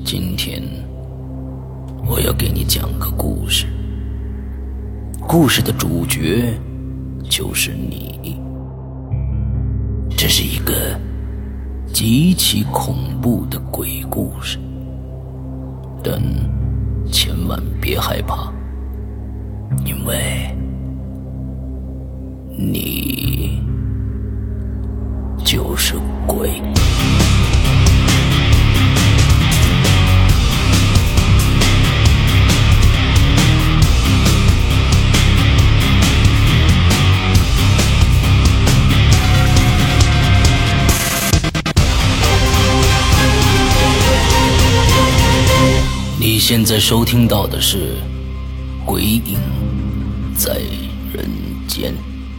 今天我要给你讲个故事，故事的主角就是你。这是一个极其恐怖的鬼故事，但千万别害怕，因为你就是鬼。你现在收听到的是《鬼影在人间》。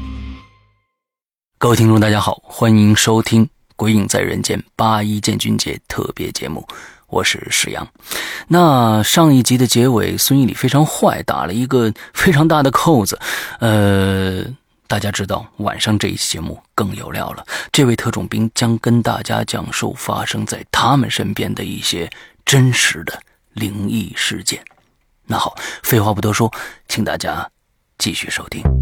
各位听众大家好，欢迎收听《鬼影在人间》81建军节特别节目，我是石阳。那上一集的结尾，孙一礼非常坏，打了一个非常大的扣子。大家知道晚上这一期节目更有料了，这位特种兵将跟大家讲述发生在他们身边的一些真实的灵异事件。那好，废话不多说，请大家继续收听。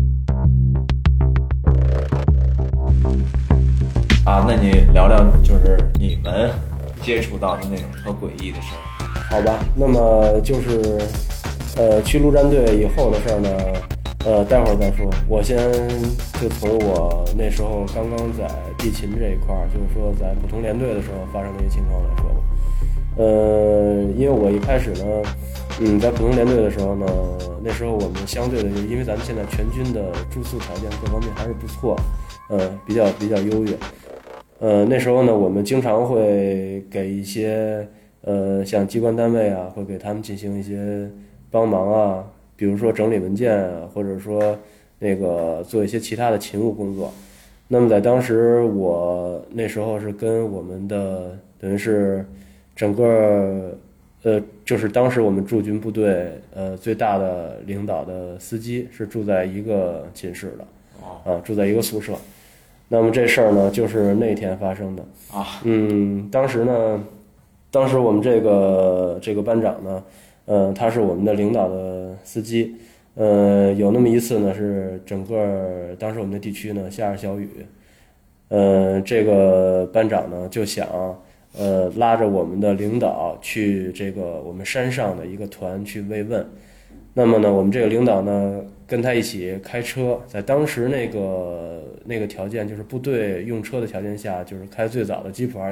那你聊聊就是你们接触到的那种特诡异的事儿。 好吧，那么就是去陆战队以后的事儿呢，待会儿再说。我先就从我那时候刚刚在地勤这一块儿，就是说在普通连队的时候发生的一些情况来说吧。因为我一开始呢，在普通连队的时候呢，那时候我们相对的，因为咱们现在全军的住宿条件各方面还是不错，比较优越。那时候呢，我们经常会给一些像机关单位啊，会给他们进行一些帮忙啊，比如说整理文件啊，或者说那个做一些其他的勤务工作。那么在当时，我那时候是跟我们的等于是整个就是当时我们驻军部队最大的领导的司机是住在一个寝室的，住在一个宿舍。那么这事儿呢，就是那天发生的啊。当时我们这个班长呢，他是我们的领导的司机。有那么一次呢，是整个当时我们的地区呢下着小雨，这个班长呢就想拉着我们的领导去这个我们山上的一个团去慰问。那么呢，我们这个领导呢跟他一起开车，在当时那个条件，就是部队用车的条件下，就是开最早的吉普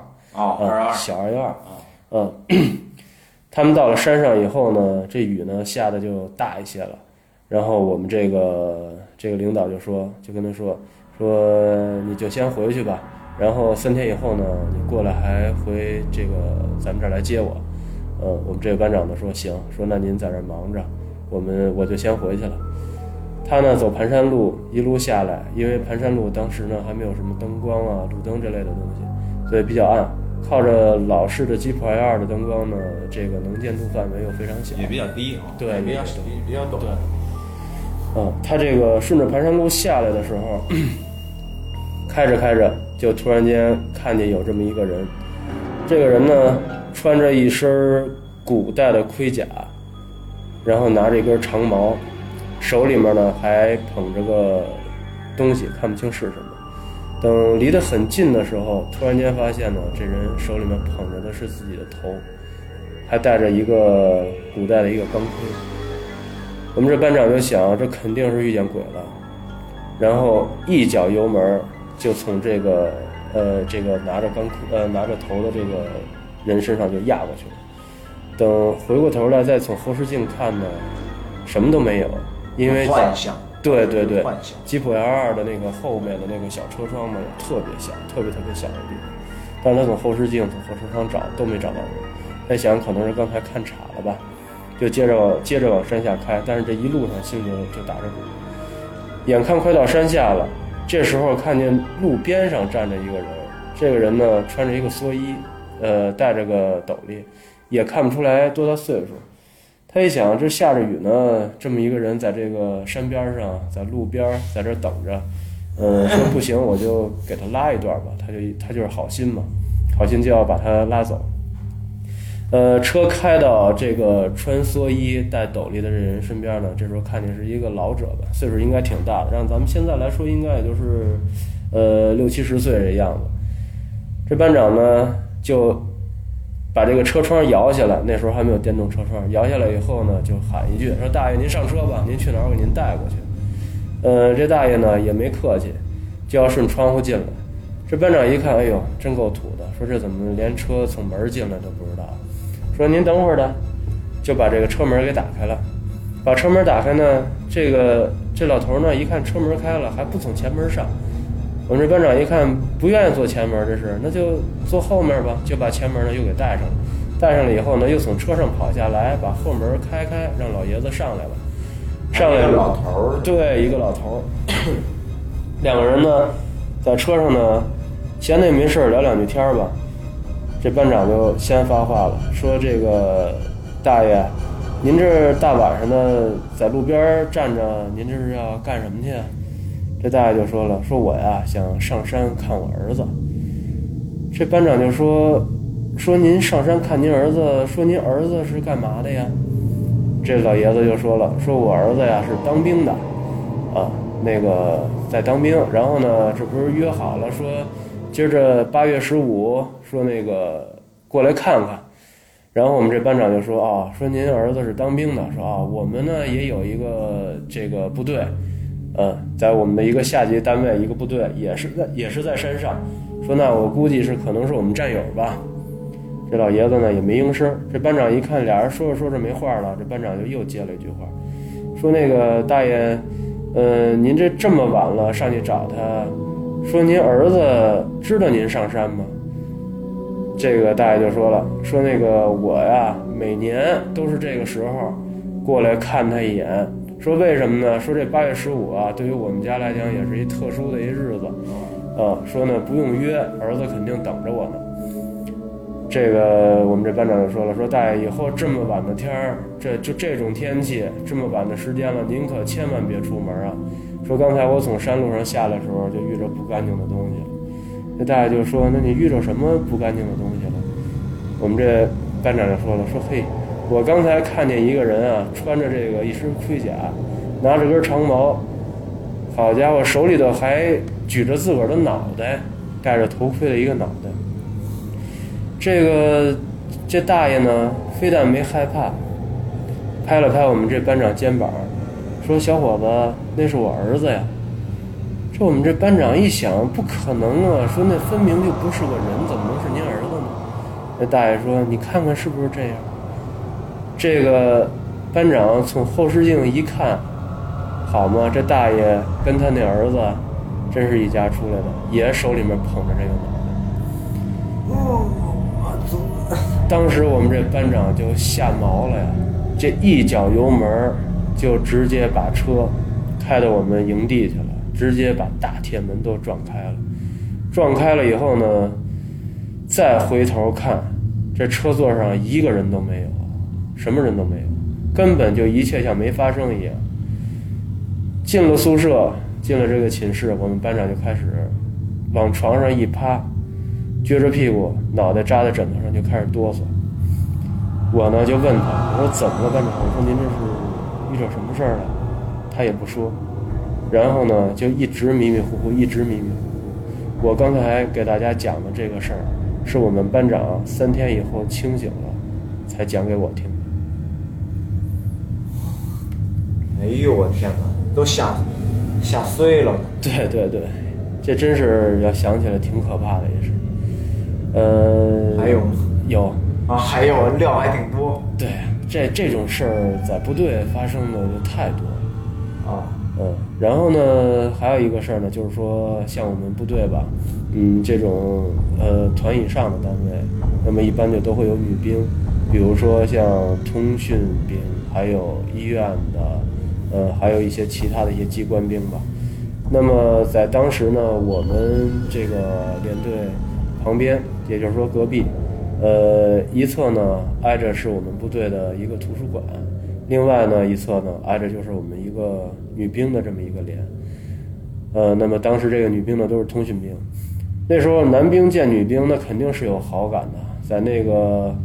212，小212，他们到了山上以后呢，这雨呢下的就大一些了。然后我们这个领导就跟他说你就先回去吧，然后3天以后呢，你过来还回这个咱们这儿来接我。我们这个班长呢说行，说那您在这儿忙着，我就先回去了。他呢走盘山路一路下来，因为盘山路当时呢还没有什么灯光啊、路灯这类的东西，所以比较暗。靠着老式的吉普212的灯光呢，这个能见度范围又非常小， 也比较低啊， 对， 比较陡。 对，他这个顺着盘山路下来的时候，开着就突然间看见有这么一个人。这个人呢穿着一身古代的盔甲，然后拿着一根长矛，手里面呢还捧着个东西，看不清是什么。等离得很近的时候，突然间发现呢，这人手里面捧着的是自己的头，还戴着一个古代的一个钢盔。我们这班长就想，这肯定是遇见鬼了，然后一脚油门就从这个拿着头的这个人身上就压过去了。等回过头来再从后视镜看呢，什么都没有，因为幻象。 对，吉普212的那个后面的那个小车窗嘛，特别小，特别小的地方。但是他从后视镜、从后车窗找都没找到人，他想可能是刚才看岔了吧，就接着往山下开。但是这一路上心里就打着鼓，眼看快到山下了，这时候看见路边上站着一个人，这个人呢穿着一个蓑衣，戴着个斗笠，也看不出来多大岁数。他一想，这下着雨呢，这么一个人在这个山边上，在路边，在这等着，说不行，我就给他拉一段吧。他就是好心嘛，好心就要把他拉走。 车开到这个穿蓑衣戴斗笠的这人身边呢，这时候看见是一个老者吧，岁数应该挺大的，让咱们现在来说应该也就是60-70岁这样子。这班长呢就把这个车窗摇下来，那时候还没有电动车窗，摇下来以后呢就喊一句说：“大爷您上车吧，您去哪儿我给您带过去。”这大爷呢也没客气，就要顺窗户进来。这班长一看，哎呦真够土的，说这怎么连车从门进来都不知道，说您等会儿的，就把这个车门给打开了。把车门打开呢，这老头呢一看车门开了，还不从前门上。我们这班长一看不愿意坐前门，这是那就坐后面吧，就把前门呢又给带上了。带上了以后呢，又从车上跑下来，把后门开，让老爷子上来了。上来一个老头儿， 对，一个老头儿，两个人呢在车上呢闲的也没事聊两句天吧。这班长就先发话了，说这个大爷，您这大晚上的在路边站着，您这是要干什么去？这大爷就说了，说我呀想上山看我儿子。这班长就说您上山看您儿子，说您儿子是干嘛的呀？这老爷子就说了，说我儿子呀是当兵的，啊，那个在当兵，然后呢，这不是约好了说，今儿这8月15，说那个过来看看。然后我们这班长就说啊，说您儿子是当兵的，说啊，我们呢也有一个这个部队，在我们的一个下级单位一个部队，也是在山上，说那我估计可能是我们战友吧。这老爷子呢也没应声。这班长一看俩人说着没话了，这班长就又接了一句话，说那个大爷，您这么晚了上去找他，说您儿子知道您上山吗？这个大爷就说了，说那个我呀每年都是这个时候过来看他一眼，说为什么呢？说这8月15啊，对于我们家来讲也是一特殊的一日子，说呢不用约，儿子肯定等着我呢。这个我们这班长就说了，说大爷以后这么晚的天儿，这种天气，这么晚的时间了，您可千万别出门啊。说刚才我从山路上下来的时候就遇着不干净的东西了。这大爷就说，那你遇着什么不干净的东西了？我们这班长就说了，说嘿，我刚才看见一个人啊，穿着这个一身盔甲，拿着根长矛，好家伙，手里头还举着自个儿的脑袋，戴着头盔的一个脑袋。这大爷呢非但没害怕，拍了拍我们这班长肩膀，说小伙子，那是我儿子呀。这我们这班长一想，不可能啊，说那分明就不是个人，怎么能是您儿子呢？那大爷说，你看看是不是这样？这个班长从后视镜一看，好嘛，这大爷跟他那儿子真是一家出来的，也手里面捧着这个脑袋。当时我们这班长就吓毛了呀，这一脚油门就直接把车开到我们营地去了，直接把大铁门都撞开了。撞开了以后呢，再回头看，这车座上一个人都没有，什么人都没有，根本就一切像没发生一样。进了宿舍，进了这个寝室，我们班长就开始往床上一趴，撅着屁股，脑袋扎在枕头上就开始哆嗦。我呢就问他，我说怎么了班长？我说您这是遇着什么事儿了？他也不说，然后呢就一直迷迷糊糊，一直迷迷糊糊。我刚才给大家讲的这个事儿，是我们班长3天以后清醒了才讲给我听的。 哎呦我天哪，都吓碎了。 对对对，这真是要想起来挺可怕的也是。 还有吗？ 有啊，还有料还挺多。 对，这种事儿在部队发生的就太多了啊。 然后呢，还有一个事儿呢，就是说像我们部队吧，这种团以上的单位，那么一般就都会有女兵，比如说像通讯兵，还有医院的，还有一些其他的一些机关兵吧。那么在当时呢，我们这个连队旁边，也就是说隔壁，一侧呢挨着是我们部队的一个图书馆，另外呢一侧呢挨着就是我们一个女兵的这么一个连。那么当时这个女兵呢都是通讯兵，那时候男兵见女兵那肯定是有好感的，在那个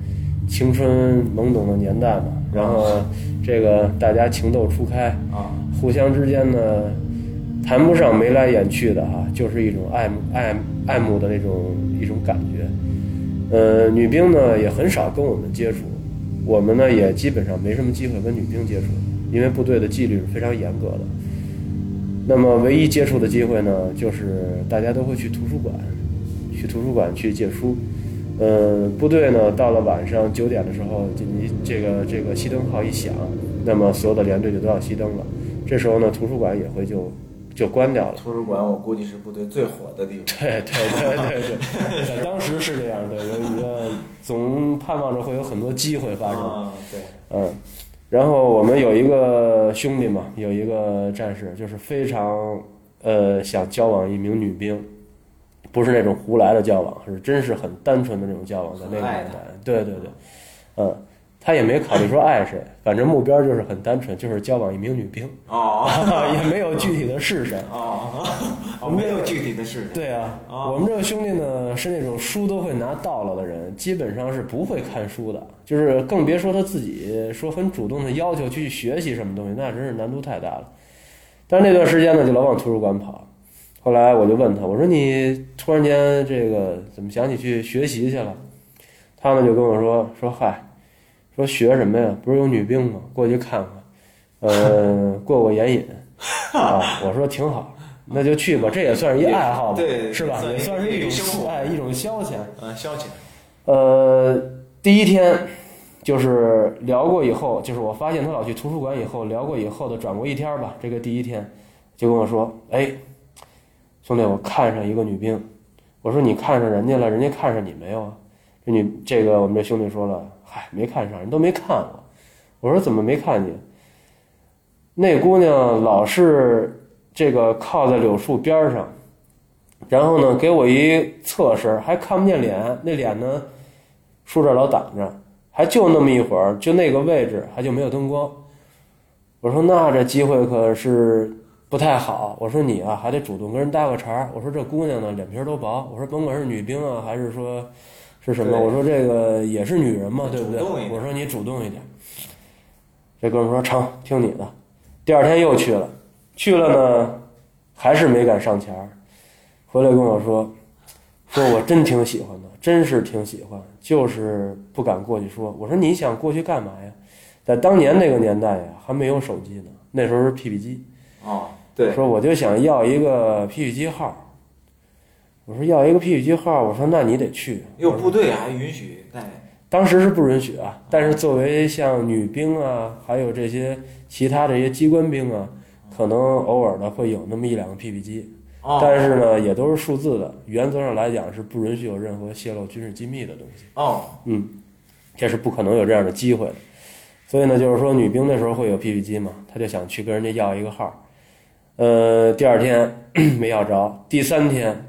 青春懵懂的年代嘛，然后这个大家情窦初开啊， 互相之间呢谈不上眉来眼去的哈，就是一种爱慕的一种感觉。女兵呢也很少跟我们接触，我们呢也基本上没什么机会跟女兵接触，因为部队的纪律是非常严格的。那么唯一接触的机会呢，就是大家都会去图书馆去借书。部队呢到了晚上9点的时候，这个熄灯号一响，那么所有的连队就都要熄灯了。这时候呢，图书馆也会就关掉了。 图书馆我估计是部队最火的地方。 对，在当时是这样的，有一个总盼望着会有很多机会发生。 对， 然后我们有一个兄弟嘛，有一个战士，就是非常想交往一名女兵，不是那种胡来的交往，是真是很单纯的那种交往，在那个年代。对，他也没考虑说爱谁，反正目标就是很单纯，就是交往一名女兵。也没有具体的是谁。 没有具体的是谁。 对啊，我们这个兄弟呢是那种书都会拿到了的人，基本上是不会看书的，就是更别说他自己说很主动的要求去学习什么东西，那真是难度太大了。但是那段时间呢，就老往图书馆跑。后来我就问他，我说你突然间这个怎么想起去学习去了？他们就跟我说嗨，说学什么呀？不是有女兵吗？过去看看，过眼瘾啊。我说挺好，那就去吧，这也算是一爱好吧， 对， 是吧？也算是一种一种消遣。 消遣。 第一天就是聊过以后，就是我发现他老去图书馆以后，聊过以后的转过一天吧，这个第一天就跟我说，哎，兄弟，我看上一个女兵。我说你看上人家了，人家看上你没有啊？这个我们这兄弟说了，嗨，没看上，人都没看我。我说怎么没看见？那姑娘老是这个靠在柳树边上，然后呢给我一侧身，还看不见脸，那脸呢树这老挡着，还就那么一会儿，就那个位置还就没有灯光。我说那这机会可是不太好。我说你啊还得主动跟人搭个茬。我说这姑娘呢脸皮都薄。我说甭管是女兵啊还是说是什么，我说这个也是女人嘛，对不对？我说你主动一点。这哥们说成，听你的。第二天又去了呢，还是没敢上前。回来跟我说我真挺喜欢的，真是挺喜欢，就是不敢过去说。我说你想过去干嘛呀？在当年那个年代呀，还没有手机呢，那时候是 PP 机。 对。 说我就想要一个 PP 机号。我说要一个 PP 机号，我说那你得去。 部队还允许带？ 当时是不允许啊，但是作为像女兵啊，还有这些其他这些机关兵啊，可能偶尔的会有那么1-2个 PP 机。但是呢也都是数字的，原则上来讲是不允许有任何泄露军事机密的东西。这是不可能有这样的机会的。所以呢就是说女兵那时候会有 PP 机嘛，他就想去跟人家要一个号。第二天没要着，第3天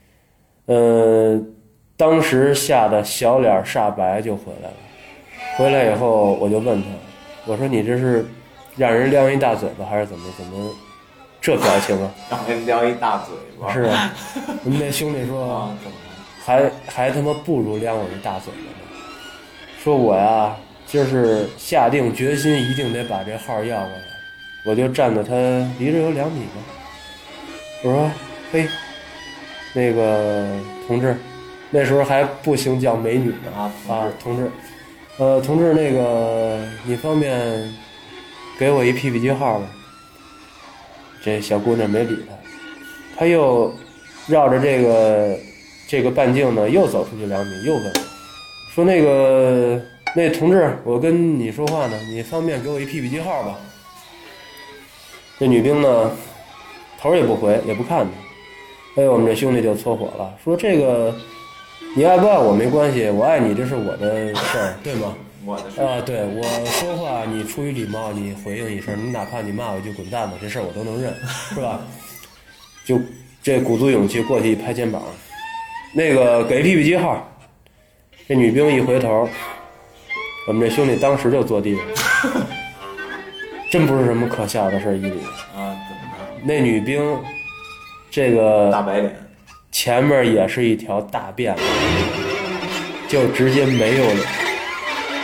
当时吓得小脸煞白就回来了。回来以后我就问他，我说你这是让人撩一大嘴巴还是怎么这表情啊？ 让人撩一大嘴巴。 是啊。我们那兄弟说还他妈不如撩我一大嘴巴呢。说我呀今儿是下定决心一定得把这号要过来。我就站在他离着有2米吧。我说嘿，那个同志，那时候还不兴叫美女呢同志，同志，那个你方便给我一 PP 机号吧？这小姑娘没理他，他又绕着这个半径呢，又走出去2米，又问说那同志，我跟你说话呢，你方便给我一 PP 机号吧？这女兵呢头也不回也不看他。我们这兄弟就搓火了，说这个你爱不爱我没关系，我爱你这是我的事儿，对吗？ 我的事儿。 对，我说话你出于礼貌你回应一声，你哪怕你骂我一句滚蛋吧，这事儿我都能认，是吧？就这鼓足勇气过去一拍肩膀，那个给 PP 机号。这女兵一回头，我们这兄弟当时就坐地上。真不是什么可笑的事，伊里怎么着？ 那女兵这个大白脸， 前面也是一条大辫子，就直接没有脸。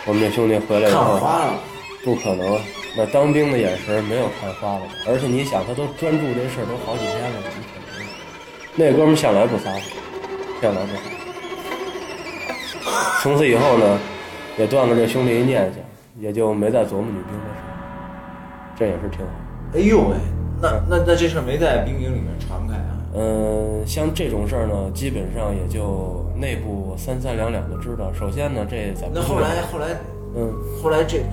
我们这兄弟回来以后看花了， 不可能，那当兵的眼神没有看花了，而且你想他都专注这事儿都好几天了，怎么可能？那哥们向来不撒谎，向来不撒谎。从此以后呢，也断了这兄弟一念想，也就没再琢磨女兵的事，这也是挺好。 哎呦喂，那这事儿没在兵营里面传开啊？ 像这种事儿呢，基本上也就内部三三两两的知道。首先呢，这咱们那后来，后来这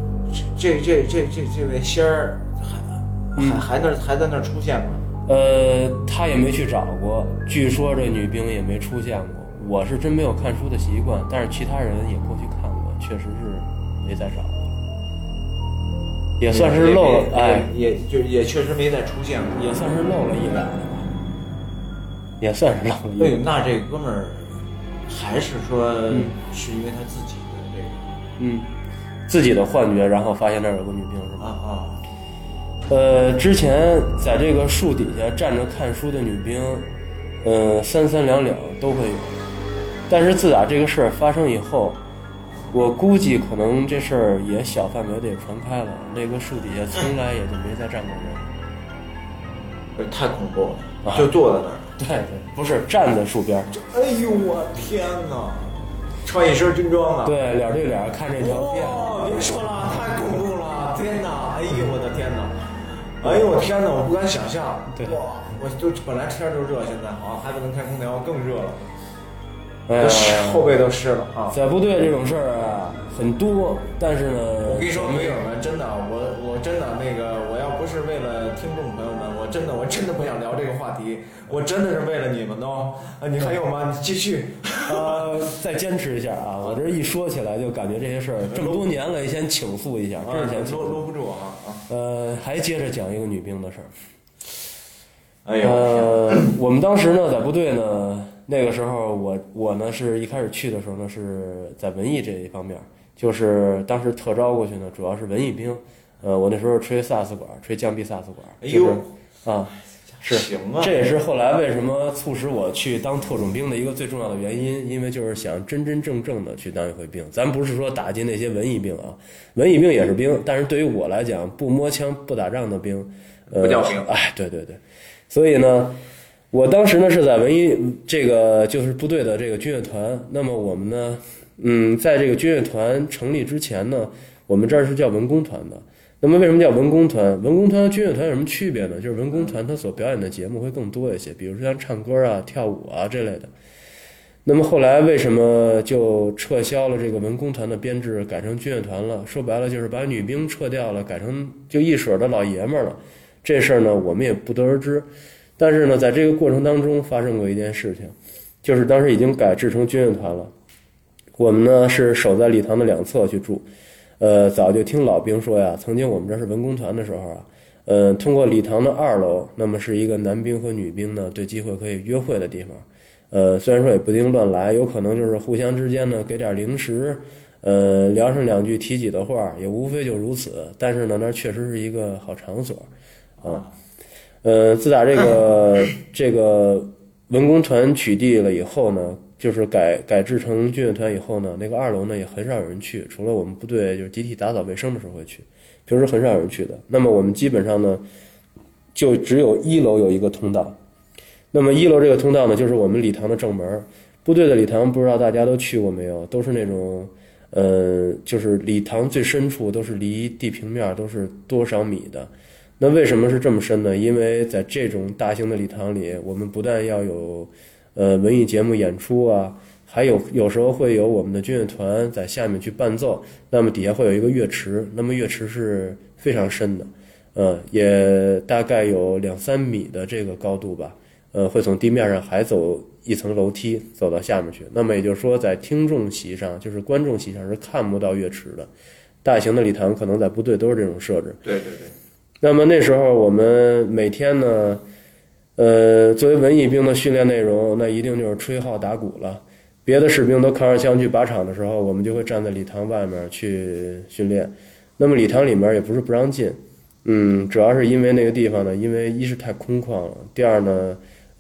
位仙儿还在那儿出现吗？ 他也没去找过，据说这女兵也没出现过。我是真没有看书的习惯，但是其他人也过去看过，确实是没再找过，也算是漏了，哎， 也确实没再出现过， 也算是漏了一两的吧，也算是漏了一两。 哎呦，那这哥们儿还是说是因为他自己的这个， 自己的幻觉，然后发现那儿有个女兵是吧？ 啊。 之前在这个树底下站着看书的女兵，三三两两都会有。但是自打这个事儿发生以后，我估计可能这事儿也小范围的也传开了，那个树底下从来也就没再站过人。 太恐怖了，就坐在那儿。 对，不是站在树边。 哎呦我天哪！穿一身军装啊！ 对，脸对脸看这条片。 别说了，太恐怖了！天哪！哎呦我的天哪！哎呦我天哪！我不敢想象。 对， 哇！我就本来天就热，现在好还不能开空调，更热了。后背都湿了啊！ 在部队这种事儿啊很多，但是呢， 我跟你说，鬼友们，真的，我真的那个，我要不是为了听众朋友们，我真的不想聊这个话题，我真的是为了你们哦。你还有吗？你继续。 再坚持一下啊！我这一说起来就感觉这些事儿这么多年了，先倾诉一下，真是想搂不住啊！ 还接着讲一个女兵的事儿。 哎呦， 我们当时呢在部队呢。那个时候我呢是一开始去的时候呢是在文艺这一方面，就是当时特招过去呢主要是文艺兵，我那时候吹萨斯管，吹降 B 萨斯管， 哎呦是行啊， 这也是后来为什么促使我去当特种兵的一个最重要的原因，因为就是想真真正正的去当一回兵。咱不是说打击那些文艺兵啊，文艺兵也是兵，但是对于我来讲，不摸枪不打仗的兵， 不叫兵。 哎，对，所以呢。我当时呢是在文艺这个就是部队的这个军乐团，那么我们呢，在这个军乐团成立之前呢，我们这儿是叫文工团的。那么为什么叫文工团？文工团和军乐团有什么区别呢？就是文工团它所表演的节目会更多一些，比如说像唱歌啊、跳舞啊这类的。那么后来为什么就撤销了这个文工团的编制，改成军乐团了？说白了就是把女兵撤掉了，改成就一水的老爷们儿了。这事儿呢，我们也不得而知。但是呢，在这个过程当中发生过一件事情，就是当时已经改制成军乐团了，我们呢是守在礼堂的两侧去住，早就听老兵说呀，曾经我们这是文工团的时候啊，通过礼堂的2楼，那么是一个男兵和女兵呢对机会可以约会的地方，虽然说也不一定乱来，有可能就是互相之间呢给点零食，聊上2句提几的话，也无非就如此，但是呢那确实是一个好场所啊。自打这个文工团取缔了以后呢，就是改制成军乐团以后呢，那个2楼呢也很少有人去，除了我们部队就是集体打扫卫生的时候会去，平时很少有人去的。那么我们基本上呢，就只有1楼有一个通道。那么1楼这个通道呢，就是我们礼堂的正门。部队的礼堂不知道大家都去过没有，都是那种就是礼堂最深处都是离地平面都是多少米的。那为什么是这么深呢？因为在这种大型的礼堂里，我们不但要有文艺节目演出啊，还有时候会有我们的军乐团在下面去伴奏，那么底下会有一个乐池，那么乐池是非常深的，也大概有2-3米的这个高度吧，会从地面上还走一层楼梯走到下面去。那么也就是说，在听众席上，就是观众席上是看不到乐池的。大型的礼堂可能在部队都是这种设置。 对。 那么那时候我们每天呢，作为文艺兵的训练内容，那一定就是吹号打鼓了。别的士兵都扛着枪去靶场的时候，我们就会站在礼堂外面去训练。那么礼堂里面也不是不让进，主要是因为那个地方呢，因为一是太空旷了，第二呢，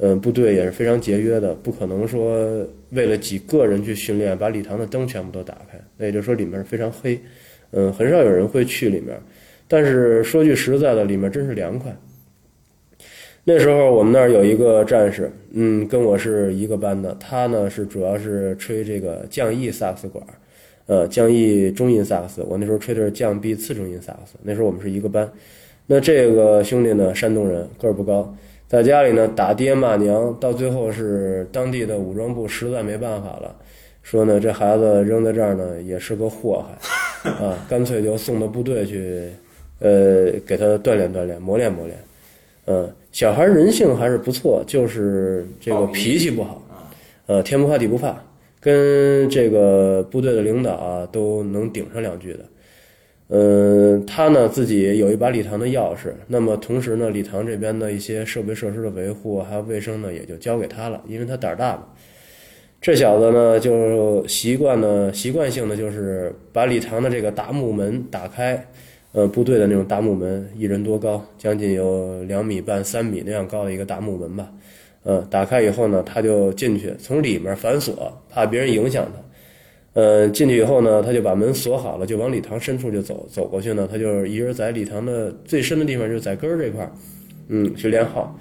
部队也是非常节约的，不可能说为了几个人去训练把礼堂的灯全部都打开，那也就是说里面是非常黑，很少有人会去里面。但是说句实在的，里面真是凉快。那时候我们那儿有一个战士，跟我是一个班的，他呢是主要是吹这个降 E 萨克斯管，降 E 中音萨克斯，我那时候吹的是降 B 次中音萨克斯，那时候我们是一个班。那这个兄弟呢，山东人，个儿不高，在家里呢打爹骂娘，到最后是当地的武装部实在没办法了，说呢这孩子扔在这儿呢也是个祸害，干脆就送到部队去，给他锻炼锻炼，磨练磨练。小孩人性还是不错，就是这个脾气不好，天不怕地不怕，跟这个部队的领导啊都能顶上两句的。他呢自己有一把礼堂的钥匙，那么同时呢礼堂这边的一些设备设施的维护还有卫生呢也就交给他了，因为他胆大嘛。这小子呢就习惯性的就是把礼堂的这个大木门打开，部队的那种大木门，一人多高，将近有2.5米、3米那样高的一个大木门吧。打开以后呢，他就进去，从里面反锁，怕别人影响他。进去以后呢，他就把门锁好了，就往礼堂深处就走过去呢。他就一人在礼堂的最深的地方，就是在根儿这块去练号。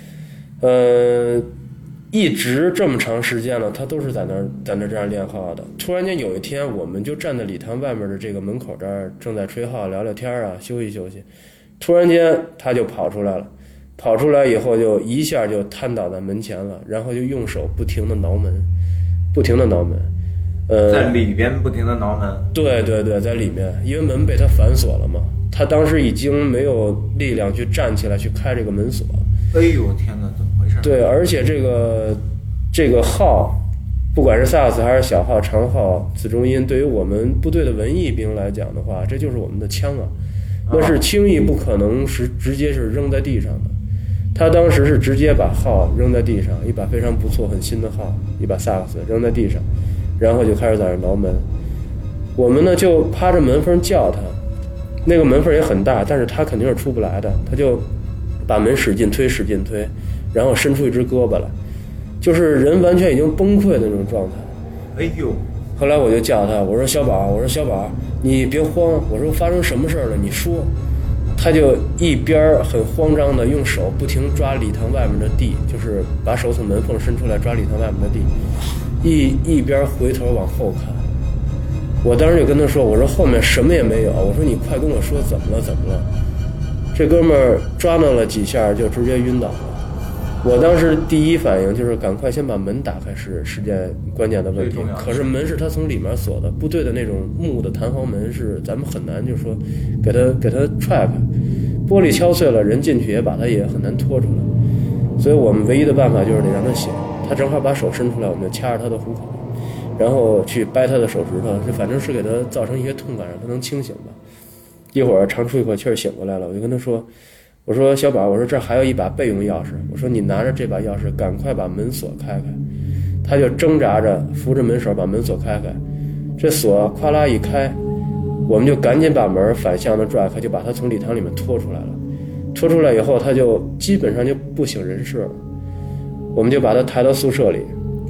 一直这么长时间了，他都是在那这样练号的。突然间有一天，我们就站在礼堂外面的这个门口这儿，正在吹号聊聊天啊，休息休息。突然间他就跑出来了，跑出来以后就一下就瘫倒在门前了，然后就用手不停的挠门，不停的挠门。 在里边不停的挠门。 对对对，在里面，因为门被他反锁了嘛，他当时已经没有力量去站起来去开这个门锁。 哎呦天哪，怎么回事？ 对，而且这个号，不管是萨克斯还是小号、长号、次中音，对于我们部队的文艺兵来讲的话，这就是我们的枪啊，那是轻易不可能是直接是扔在地上的。他当时是直接把号扔在地上，一把非常不错、很新的号，一把萨克斯扔在地上，然后就开始在那挠门。我们呢就趴着门缝叫他，那个门缝也很大，但是他肯定是出不来的，他就把门使劲推，然后伸出一只胳膊来，就是人完全已经崩溃的那种状态。 哎呦！ 后来我就叫他，我说小宝，你别慌，我说发生什么事了，你说。他就一边很慌张的用手不停抓礼堂外面的地，就是把手从门缝伸出来抓礼堂外面的地，一边回头往后看。我当时就跟他说，我说后面什么也没有，我说你快跟我说怎么了。这哥们儿抓弄了几下就直接晕倒了。我当时第一反应就是赶快先把门打开，是件关键的问题。可是门是他从里面锁的，部队的那种木的弹簧门是咱们很难，就是说给他踹开，玻璃敲碎了，人进去把他也很难拖出来。所以我们唯一的办法就是得让他醒。他正好把手伸出来，我们就掐着他的虎口，然后去掰他的手指头，就反正是给他造成一些痛感，让他能清醒吧。一会儿长出一口气儿醒过来了，我就跟他说，我说小宝，我说这还有一把备用钥匙，我说你拿着这把钥匙赶快把门锁开开。他就挣扎着扶着门手把门锁开开，这锁咵啦一开，我们就赶紧把门反向的拽开，就把他从礼堂里面拖出来了。拖出来以后他就基本上就不省人事了，我们就把他抬到宿舍里，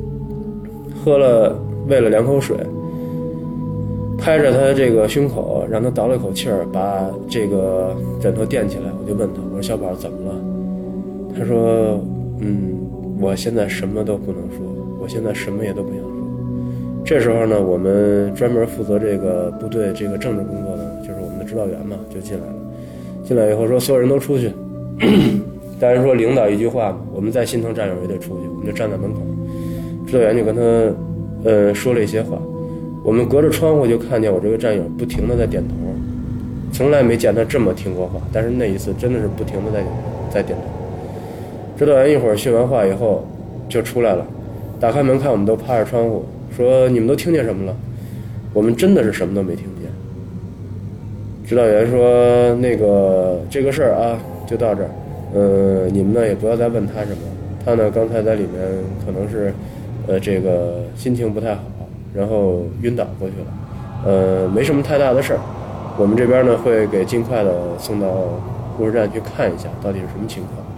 喂了2口水，拍着他这个胸口让他倒了一口气儿，把这个枕头垫起来。我就问他，我说小宝怎么了？他说我现在什么都不能说，我现在什么也都不想说。这时候呢，我们专门负责这个部队这个政治工作的就是我们的指导员嘛，就进来了。进来以后说所有人都出去，当然说领导一句话，我们再心疼战友也得出去，我们就站在门口。指导员就跟他说了一些话，我们隔着窗户就看见我这个战友不停的在点头，从来没见他这么听过话，但是那一次真的是不停的在点头。指导员一会儿训完话以后就出来了，打开门看我们都趴着窗户，说你们都听见什么了？我们真的是什么都没听见。指导员说那个这个事儿啊就到这儿，你们呢也不要再问他什么，他呢刚才在里面可能是这个心情不太好，然后晕倒过去了，没什么太大的事儿，我们这边呢会给尽快的送到护士站去看一下到底是什么情况。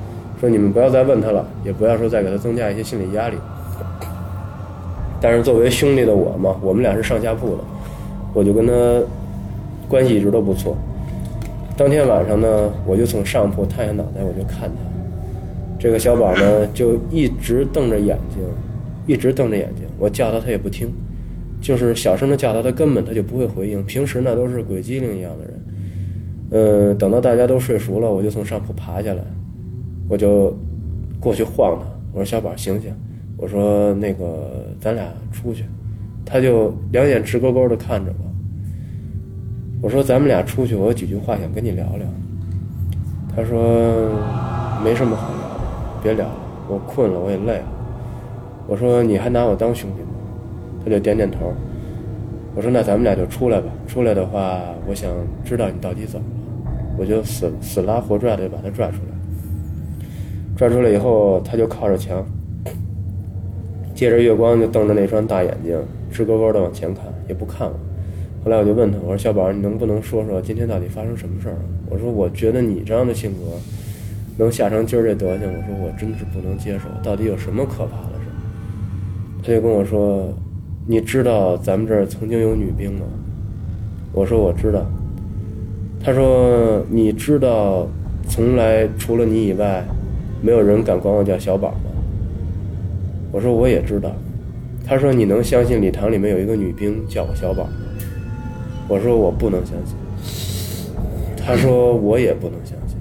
说你们不要再问他了，也不要说再给他增加一些心理压力。但是作为兄弟的我嘛，我们俩是上下铺的，我就跟他关系一直都不错。当天晚上呢，我就从上铺探下脑袋，我就看他。这个小宝呢，就一直瞪着眼睛，一直瞪着眼睛。我叫他也不听，就是小声的叫他根本他就不会回应。平时呢都是鬼机灵一样的人。等到大家都睡熟了，我就从上铺爬下来，我就过去晃他，我说小宝醒醒，我说那个咱俩出去。他就两眼直勾勾的看着我，我说咱们俩出去，我有几句话想跟你聊聊。他说没什么好聊的，别聊了，我困了，我也累了。我说你还拿我当兄弟吗？他就点点头。我说那咱们俩就出来吧，出来的话我想知道你到底怎么了。我就死拉活拽的把他拽出来。拽出来以后，他就靠着墙，借着月光就瞪着那双大眼睛，直勾勾的往前看，也不看我。后来我就问他，我说小宝，你能不能说说今天到底发生什么事儿了？我说我觉得你这样的性格能吓成今儿这德行，我说我真是不能接受，到底有什么可怕的事？他就跟我说，你知道咱们这儿曾经有女兵吗？我说我知道。他说你知道从来除了你以外没有人敢管我叫小宝吗？我说我也知道。他说你能相信礼堂里面有一个女兵叫我小宝吗？我说我不能相信。他说我也不能相信。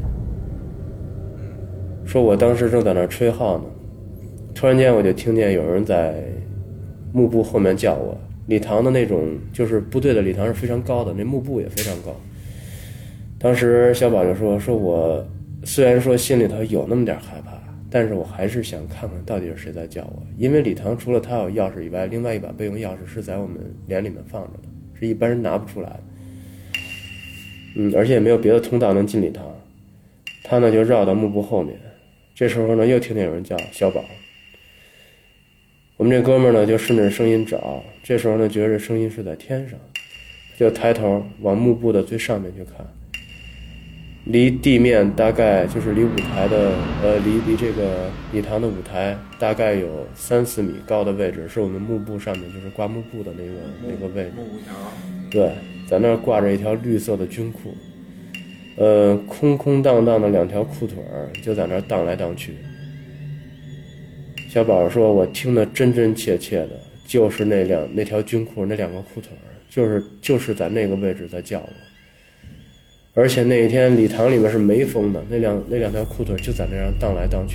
说我当时正在那儿吹号呢，突然间我就听见有人在幕布后面叫我。礼堂的那种就是部队的礼堂是非常高的，那幕布也非常高。当时小宝就说我虽然说心里头有那么点害怕，但是我还是想看看到底是谁在叫我。因为礼堂除了他有钥匙以外，另外一把备用钥匙是在我们连里面放着的，是一般人拿不出来的。而且也没有别的通道能进礼堂。他呢就绕到幕布后面，这时候呢又听见有人叫小宝。我们这哥们儿呢就顺着声音找，这时候呢觉得声音是在天上，就抬头往幕布的最上面去看。离地面大概就是离舞台的离这个礼堂的舞台大概有3-4米高的位置，是我们幕布上面就是挂幕布的那个位置。 幕布条。 对，在那儿挂着一条绿色的军裤，空空荡荡的2条裤腿就在那儿荡来荡去。小宝说我听得真真切切的，就是那条军裤那2个裤腿就是在那个位置在叫我。而且那一天礼堂里面是没风的，那两条裤腿就在那样荡来荡去。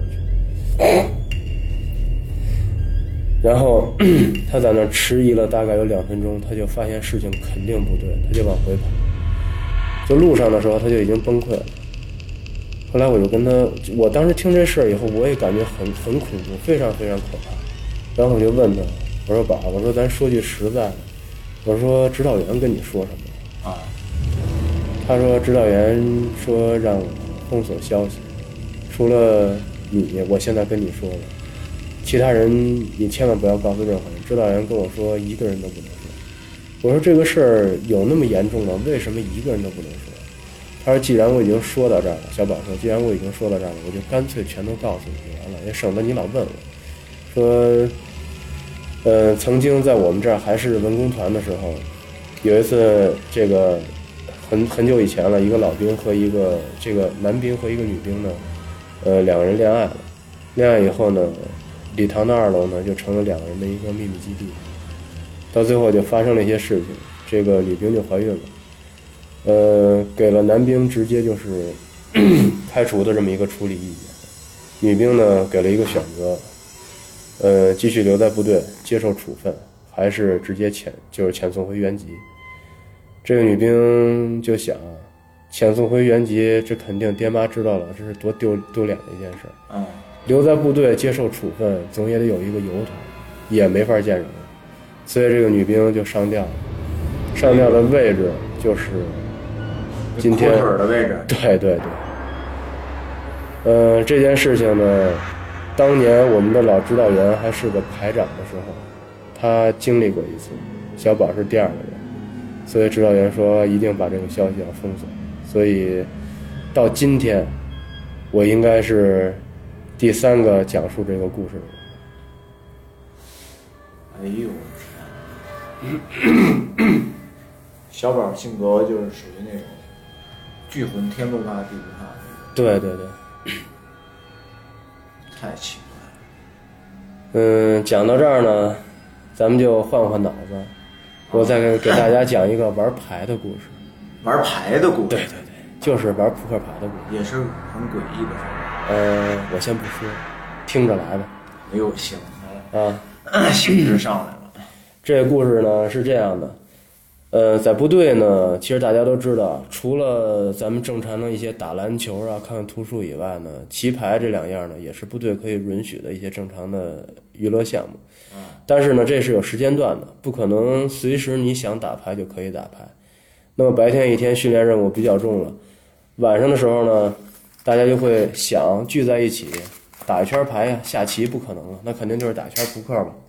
然后他在那迟疑了大概有2分钟，他就发现事情肯定不对，他就往回跑。就路上的时候他就已经崩溃了。后来我就跟他，我当时听这事儿以后，我也感觉很恐怖，非常非常可怕。然后我就问他，我说宝，我说咱说句实在的，我说指导员跟你说什么啊？他说指导员说让我封锁消息，除了你，我现在跟你说了，其他人你千万不要告诉任何人。指导员跟我说一个人都不能说。我说这个事儿有那么严重吗？为什么一个人都不能说？他说既然我已经说到这儿了，小宝说既然我已经说到这儿了，我就干脆全都告诉你就完了，也省得你老问我。说曾经在我们这儿还是文工团的时候，有一次这个很久以前了，一个老兵和一个这个男兵和一个女兵呢，2个人恋爱了。恋爱以后呢，礼堂的2楼呢就成了2个人的一个秘密基地。到最后就发生了一些事情，这个女兵就怀孕了，给了男兵直接就是开除的这么一个处理意见。女兵呢给了一个选择，继续留在部队接受处分，还是直接遣送回原籍。这个女兵就想，遣送回原籍，这肯定爹妈知道了，这是多丢脸的一件事。留在部队接受处分，总也得有一个由头，也没法见人，所以这个女兵就上吊了。上吊的位置就是今天裤腿的位置。 对。这件事情呢，当年我们的老指导员还是个排长的时候，他经历过一次。小宝是第2个人，所以指导员说一定把这个消息要封锁。所以到今天我应该是第3个讲述这个故事的人。 哎呦，小宝性格就是属于那种巨魂天不怕地不怕那种。 对对对， 太奇怪了。 讲到这儿呢，咱们就换换脑子，我再给大家讲一个玩牌的故事。 玩牌的故事？ 对对对，就是玩扑克牌的故事， 也是很诡异的事。 我先不说，听着来吧。 哎呦，行啊， 兴致上来了。 这个故事呢是这样的，在部队呢，其实大家都知道，除了咱们正常的一些打篮球啊、看看图书以外呢，棋牌这2样呢，也是部队可以允许的一些正常的娱乐项目。但是呢，这是有时间段的，不可能随时你想打牌就可以打牌。那么白天一天训练任务比较重了，晚上的时候呢，大家就会想聚在一起打一圈牌呀，下棋不可能了，那肯定就是打一圈扑克吧。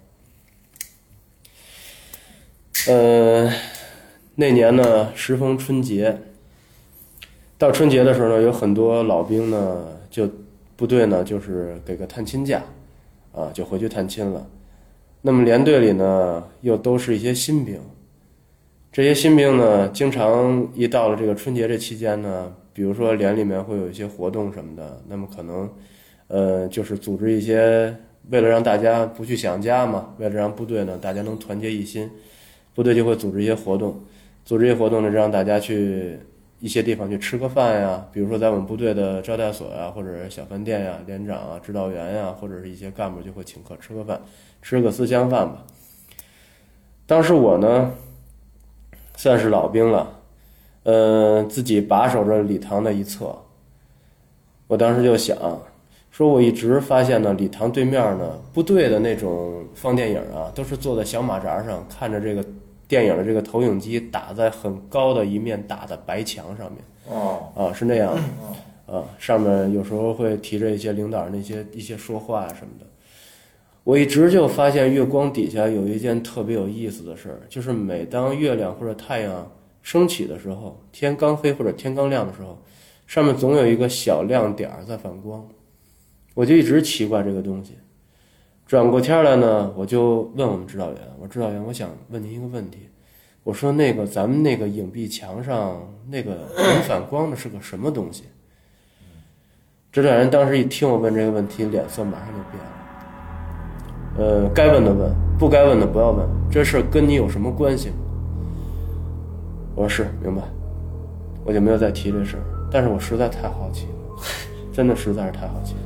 那年呢，时逢春节，到春节的时候呢，有很多老兵呢，就部队呢，就是给个探亲假，啊，就回去探亲了。那么连队里呢，又都是一些新兵，这些新兵呢，经常一到了这个春节这期间呢，比如说连里面会有一些活动什么的，那么可能，就是组织一些，为了让大家不去想家嘛，为了让部队呢，大家能团结一心。部队就会组织一些活动，呢，让大家去一些地方去吃个饭呀，比如说在我们部队的招待所呀，或者是小饭店呀，连长啊、指导员呀，或者是一些干部就会请客吃个饭，吃个思乡饭吧。当时我呢，算是老兵了，自己把守着礼堂的一侧，我当时就想，说我一直发现呢，礼堂对面呢，部队的那种放电影啊，都是坐在小马扎上，看着这个电影的这个投影机打在很高的一面大的白墙上面。是那样的。上面有时候会提着一些领导人的一些说话啊什么的。我一直就发现月光底下有一件特别有意思的事儿，就是每当月亮或者太阳升起的时候，天刚黑或者天刚亮的时候，上面总有一个小亮点在反光。我就一直奇怪这个东西，转过天来呢，我就问我们指导员，我说指导员，我想问您一个问题，我说那个咱们那个影壁墙上那个能反光的是个什么东西？指导员当时一听我问这个问题，脸色马上就变了。该问的问，不该问的不要问，这事跟你有什么关系吗？我说是，明白，我就没有再提这事儿。但是我实在太好奇了，真的实在是太好奇了。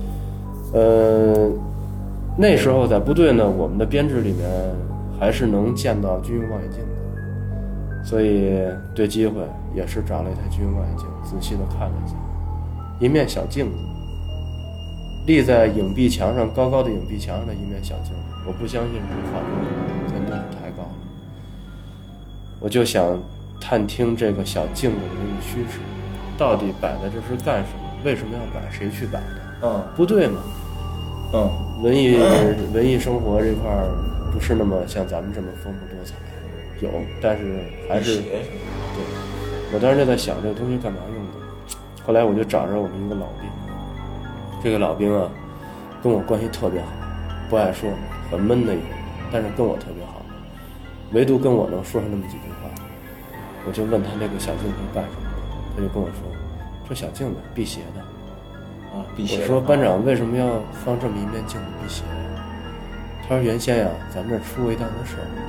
那时候在部队呢，我们的编制里面还是能见到军用望远镜的，所以对机会也是找了一台军用望远镜，仔细的看了一下，一面小镜子，立在影壁墙上，高高的影壁墙上的一面小镜子，我不相信是化妆的，肯定是太高了。我就想探听这个小镜子的这个虚实，到底摆在这是干什么？为什么要摆？谁去摆的？部队嘛。文艺生活这块不是那么像咱们这么丰富多彩，有，但是还是对。我当时就在想这个东西干嘛用的。后来我就找着我们一个老兵，这个老兵啊，跟我关系特别好，不爱说，很闷的一个人，但是跟我特别好，唯独跟我能说上那么几句话。我就问他那个小镜子干什么的，他就跟我说，这小镜子辟邪的。我说班长为什么要放这么一面镜子辟邪呀？他说原先呀，咱们这出过一档子事儿，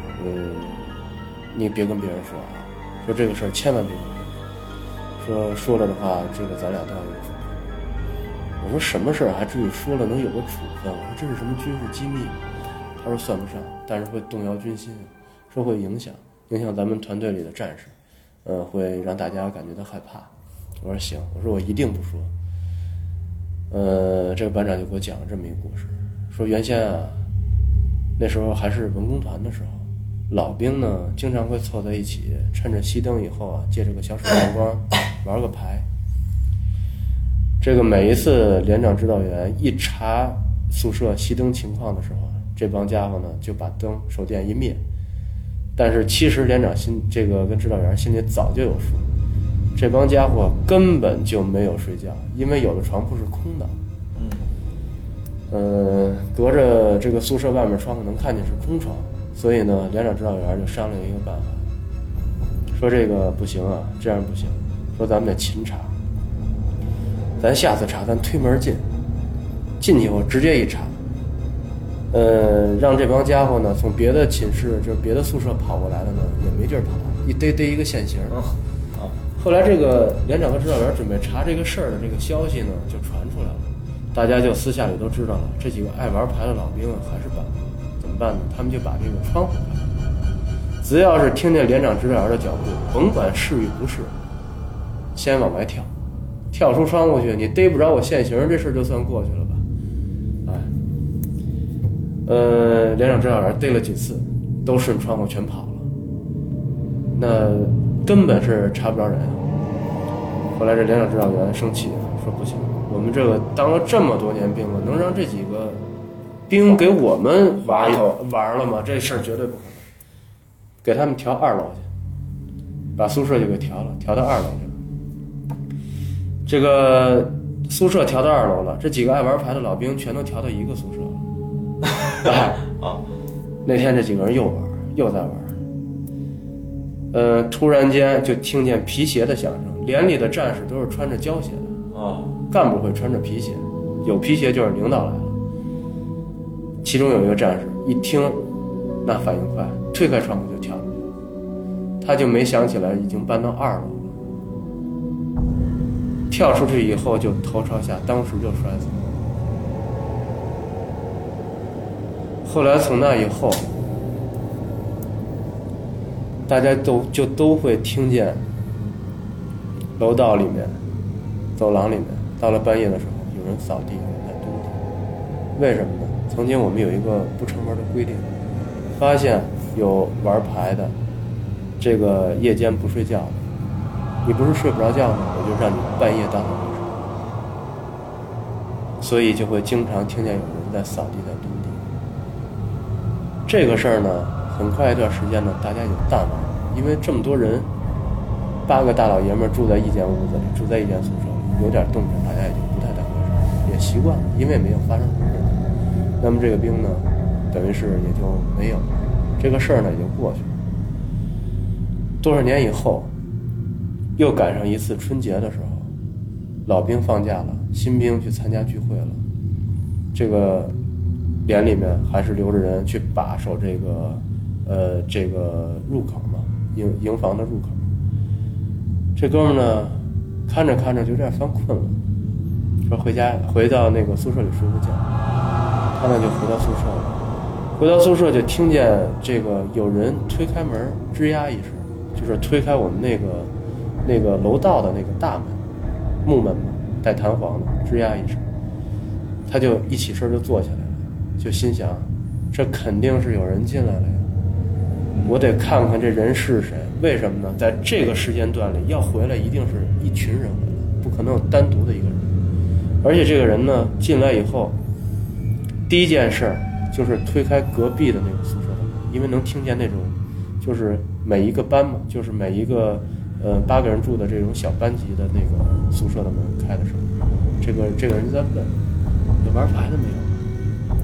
你别跟别人说啊，说这个事儿千万别跟别人说了的话，这个咱俩都要有处分。我说什么事儿还至于说了能有个处分？我说这是什么军事机密？他说算不上，但是会动摇军心，说会影响咱们团队里的战士，会让大家感觉到害怕。我说行，我说我一定不说。这个班长就给我讲了这么一个故事，说原先啊，那时候还是文工团的时候，老兵呢经常会凑在一起，趁着熄灯以后啊，借着个小手电光玩个牌。这个每一次连长指导员一查宿舍熄灯情况的时候，这帮家伙呢就把灯手电一灭。但是其实连长这个跟指导员心里早就有数， 这帮家伙根本就没有睡觉，因为有的床铺是空的。隔着这个宿舍外面窗户能看见是空床，所以呢，连长指导员就商量一个办法，说这个不行啊，这样不行，说咱们得勤查，咱下次查咱推门进去以后直接一查，让这帮家伙呢从别的寝室就是别的宿舍跑过来的呢也没地儿跑，一逮一个现行。后来这个连长和指导员准备查这个事儿的这个消息呢就传出来了，大家就私下里都知道了，这几个爱玩牌的老兵还是办，怎么办呢？他们就把这个窗户开，只要是听见连长指导员的脚步，甭管是与不是，先往外跳，跳出窗户去，你逮不着我现行，这事就算过去了吧？连长指导员逮了几次，都顺窗户全跑了，那根本是查不着人。后来这连长指导员生气了，说不行，我们这个当了这么多年兵了，能让这几个兵给我们玩了吗？这事儿绝对不可能。给他们调2楼去，把宿舍就给调到2楼去了。这个宿舍调到2楼了，这几个爱玩牌的老兵全都调到一个宿舍了。那天这几个人又在玩。突然间就听见皮鞋的响声，连里的战士都是穿着胶鞋的，干部会穿着皮鞋，有皮鞋就是领导来了。其中有一个战士一听，那反应快，推开窗户就跳出去了，他就没想起来已经搬到2楼了，跳出去以后就头朝下，当时就摔死了。后来从那以后，大家都会听见楼道里面、走廊里面，到了半夜的时候，有人扫地，有人在蹲地。为什么呢？曾经我们有一个不成文的规定，发现有玩牌的，这个夜间不睡觉的，你不是睡不着觉吗？我就让你半夜打扫卫生。所以就会经常听见有人在扫地，在蹲地。这个事儿呢，很快一段时间呢，大家就淡忘了，因为这么多人，8个大老爷们住在一间屋子里，住在一间宿舍里，有点动静，大家也就不太当回事，也习惯了，因为没有发生什么事。那么这个兵呢，等于是也就没有了，这个事儿呢也就过去了。多少年以后，又赶上一次春节的时候，老兵放假了，新兵去参加聚会了，这个连里面还是留着人去把守这个入口嘛，营房的入口。这哥们呢，看着就有点犯困了，说回到那个宿舍里睡个觉。他呢就回到宿舍了，回到宿舍就听见这个有人推开门，吱呀一声，就是推开我们那个楼道的那个大门，木门嘛，带弹簧的，吱呀一声。他就一起身就坐起来了，就心想，这肯定是有人进来了呀，我得看看这人是谁。为什么呢？在这个时间段里要回来，一定是一群人回来，不可能有单独的一个人。而且这个人呢进来以后，第一件事就是推开隔壁的那个宿舍的门，因为能听见那种就是每一个班嘛，就是每一个8个人住的这种小班级的那个宿舍的门开的时候，这个人就在问，有玩牌的没有？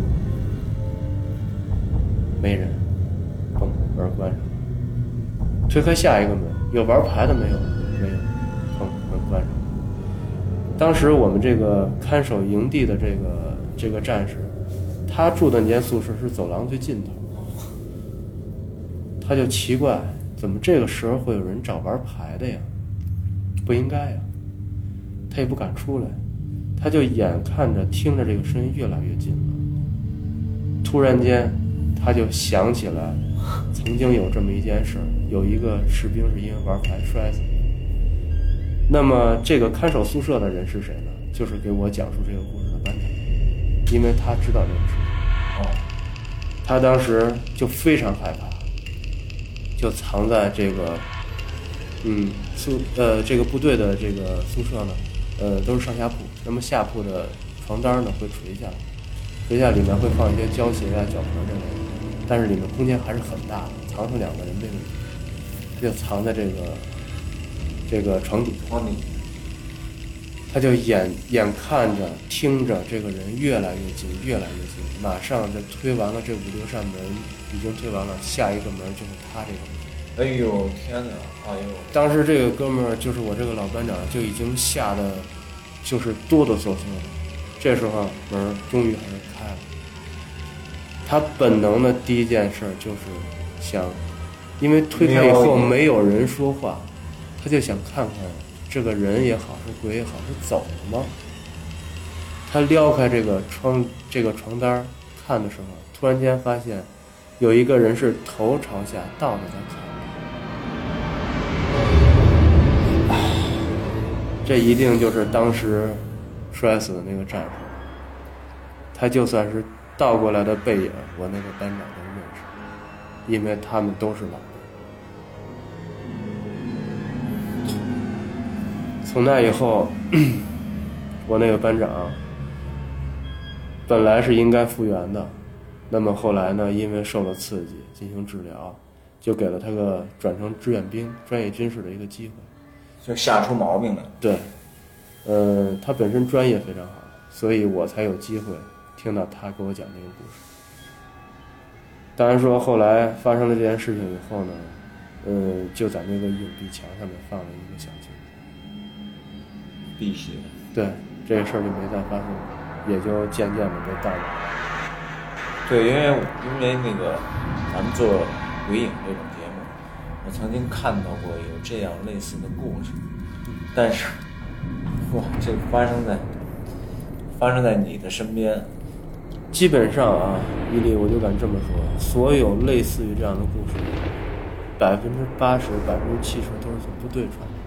没人，嘣，门关上。推开下一个门，有玩牌的没有？没有，嘣，门关上。当时我们这个看守营地的这个战士，他住的那间宿舍是走廊最尽头，他就奇怪，怎么这个时候会有人找玩牌的呀？不应该呀，他也不敢出来，他就眼看着听着这个声音越来越近了。突然间，他就想起来，曾经有这么一件事，有一个士兵是因为玩牌摔死的。那么这个看守宿舍的人是谁呢？就是给我讲述这个故事的班长，因为他知道这个事情。他当时就非常害怕，就藏在这个这个部队的这个宿舍呢，都是上下铺，那么下铺的床单呢会垂下来，垂下里面会放一些胶鞋啊、脚盆之类的，但是里面空间还是很大的，藏出2个人这个，就藏在这个这个床底，他就眼看着听着这个人越来越近，马上就推完了这5、6扇门，已经推完了，下一个门就是他这个门。 哎呦天哪！哎呦， 当时这个哥们儿就是我这个老班长就已经吓得就是哆哆嗦嗦的，这时候门终于还是开了。他本能的第一件事就是想，因为推开以后没有人说话，他就想看看这个人也好是鬼也好是走了吗？他撩开这个床单看的时候，突然间发现有一个人是头朝下倒着在看。这一定就是当时摔死的那个战士，他就算是倒过来的背影，我那个班长都认识，因为他们都是老兵。从那以后，我那个班长本来是应该复员的，那么后来呢，因为受了刺激进行治疗，就给了他个转成志愿兵、专业军事的一个机会。 就吓出毛病了。 对，他本身专业非常好，所以我才有机会听到他给我讲这个故事。当然说后来发生了这件事情以后呢，就在那个影壁墙上面放了一个小镜子， 辟邪。 对，这个事儿就没再发生，也就渐渐的被淡了。 对，因为那个咱们做鬼影这种节目，我曾经看到过有这样类似的故事，但是，哇，这发生在你的身边。 基本上啊，伊利，我就敢这么说，所有类似于这样的故事，80%、70%都是从部队传的，